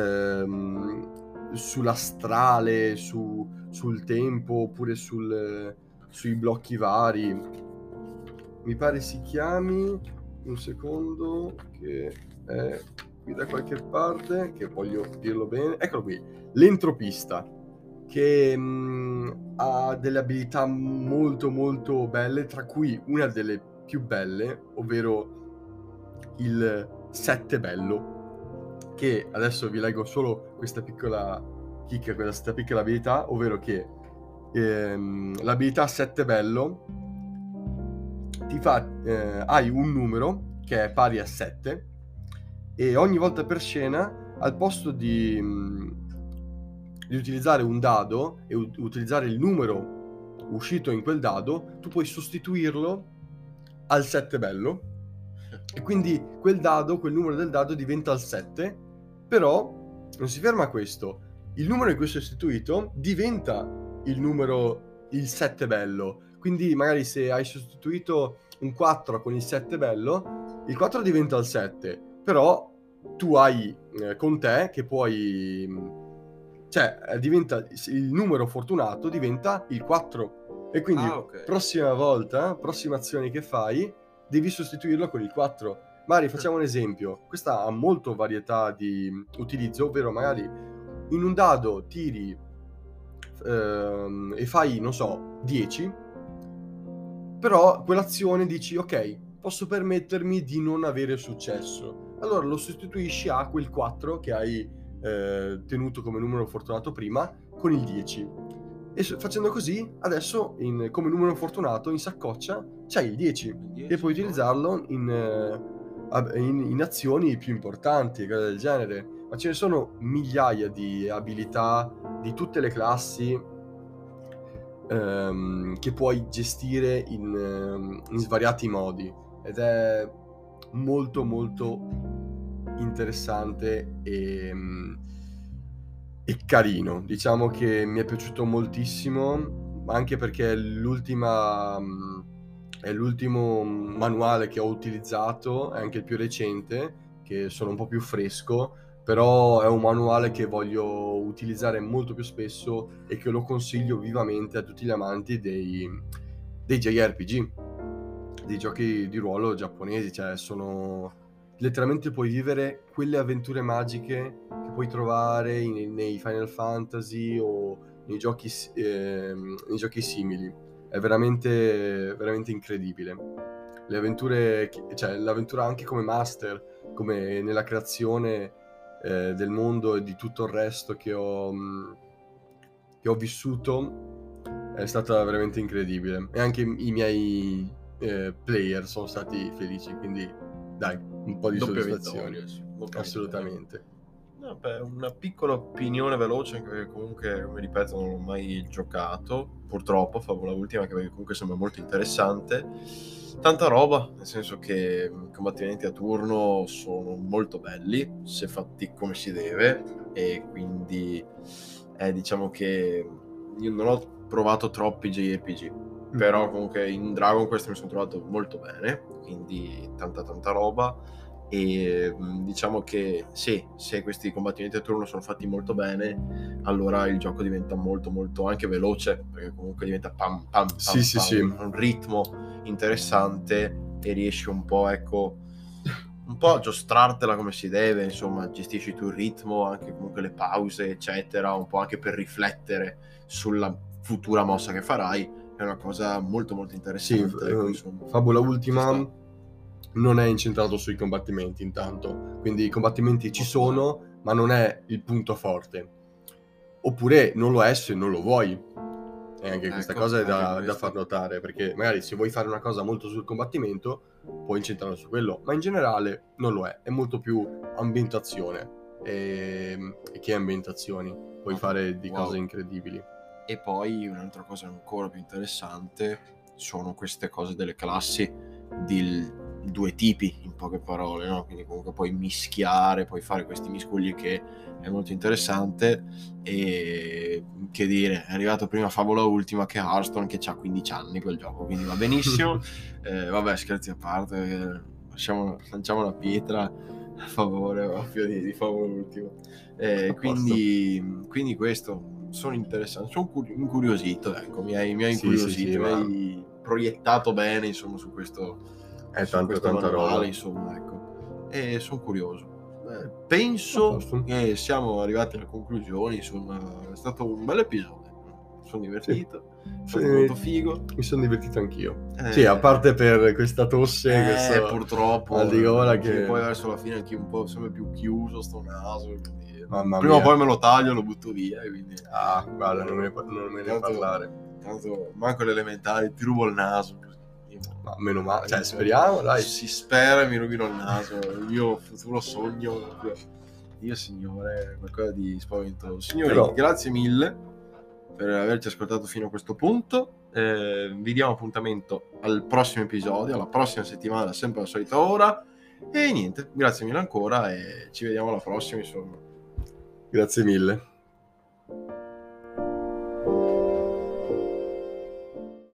sull'astrale, sul tempo, oppure sui blocchi vari. Mi pare si chiami, un secondo, che è qui da qualche parte, che voglio dirlo bene. Eccolo qui, l'entropista, che ha delle abilità molto molto belle, tra cui una delle più belle, ovvero il 7 bello, che adesso vi leggo solo questa piccola chicca, questa piccola abilità, ovvero che l'abilità 7 bello ti fa, hai un numero che è pari a 7, e ogni volta per scena, al posto di utilizzare un dado e utilizzare il numero uscito in quel dado, tu puoi sostituirlo al 7 bello, e quindi quel numero del dado diventa il 7, però non si ferma a questo. Il numero in cui è sostituito diventa il 7 bello. Quindi magari se hai sostituito un 4 con il 7 bello, il 4 diventa il 7, però tu hai con te che puoi, cioè diventa il numero fortunato diventa il 4, e quindi okay. prossima azione che fai devi sostituirlo con il 4. Magari facciamo un esempio, questa ha molto varietà di utilizzo, ovvero magari in un dado tiri e fai, non so, 10, però quell'azione dici ok, posso permettermi di non avere successo. Allora lo sostituisci a quel 4 che hai tenuto come numero fortunato prima con il 10. E facendo così, adesso come numero fortunato in saccoccia c'hai il 10 e puoi utilizzarlo in azioni più importanti, cose del genere. Ma ce ne sono migliaia di abilità di tutte le classi che puoi gestire in svariati modi, ed è molto molto interessante e carino. Diciamo che mi è piaciuto moltissimo, anche perché è l'ultimo manuale che ho utilizzato, è anche il più recente, che sono un po' più fresco, però è un manuale che voglio utilizzare molto più spesso e che lo consiglio vivamente a tutti gli amanti dei JRPG, dei giochi di ruolo giapponesi. Cioè sono letteralmente, puoi vivere quelle avventure magiche che puoi trovare nei Final Fantasy o nei giochi simili. È veramente veramente incredibile. Le avventure, cioè l'avventura anche come master, come nella creazione del mondo e di tutto il resto che ho vissuto, è stata veramente incredibile. E anche i miei player sono stati felici, quindi dai, un po' di Doppia soddisfazione. vittoria, Assolutamente. No, beh, una piccola opinione veloce, anche perché comunque, come ripeto, non l'ho mai giocato, purtroppo, Favola Ultima, che comunque sembra molto interessante. Tanta roba, nel senso che i combattimenti a turno sono molto belli, se fatti come si deve, e quindi diciamo che io non ho provato troppi JRPG, però comunque in Dragon Quest mi sono trovato molto bene, quindi tanta roba. E diciamo che sì, se questi combattimenti a turno sono fatti molto bene, allora il gioco diventa molto molto anche veloce, perché comunque diventa pam pam pam, Sì, sì, sì. un ritmo interessante, e riesci un po', ecco, un po' a giostrartela come si deve, insomma, gestisci tu il ritmo, anche comunque le pause, eccetera, un po' anche per riflettere sulla futura mossa che farai. È una cosa molto molto interessante. Ecco, insomma, Favola Ultima non è incentrato sui combattimenti, intanto, quindi i combattimenti ci sono, ma non è il punto forte. Oppure non lo è se non lo vuoi. E anche questa cosa è da far notare, perché magari se vuoi fare una cosa molto sul combattimento puoi incentrarlo su quello, ma in generale non lo è molto più ambientazione. E che ambientazioni puoi fare di cose incredibili. E poi un'altra cosa ancora più interessante sono queste cose delle classi di due tipi, in poche parole, no? Quindi comunque puoi mischiare, puoi fare questi miscugli, che è molto interessante. E che dire, è arrivato prima Favola Ultima che Hearthstone, che ha 15 anni quel gioco, quindi va benissimo. Vabbè, scherzi a parte, lanciamo la pietra a favore ovvio di Favola Ultima. Quindi questo, sono interessante, sono incuriosito, ecco, mi hai incuriosito, mi hai proiettato bene, insomma, su questo tanta manuale, roba, insomma, ecco, e sono curioso. Penso che siamo arrivati alle conclusioni, insomma, è stato un bel episodio, sono divertito, è stato molto figo. Mi sono divertito anch'io. Sì, a parte per questa tosse, purtroppo mal di gola, che poi verso la fine anche un po' sempre più chiuso sto naso, quindi mamma prima o mia, poi me lo taglio, lo butto via, quindi guarda, non me ne parlare. Tanto manco le elementari ti rubo il naso. Ma meno male, cioè speriamo, dai. Si spera mi rubino il naso, il mio futuro sogno, Dio Signore, qualcosa di spaventoso. Signori, grazie mille per averci ascoltato fino a questo punto. Vi diamo appuntamento al prossimo episodio, alla prossima settimana, sempre alla solita ora. E niente, grazie mille ancora e ci vediamo alla prossima, insomma. Grazie mille.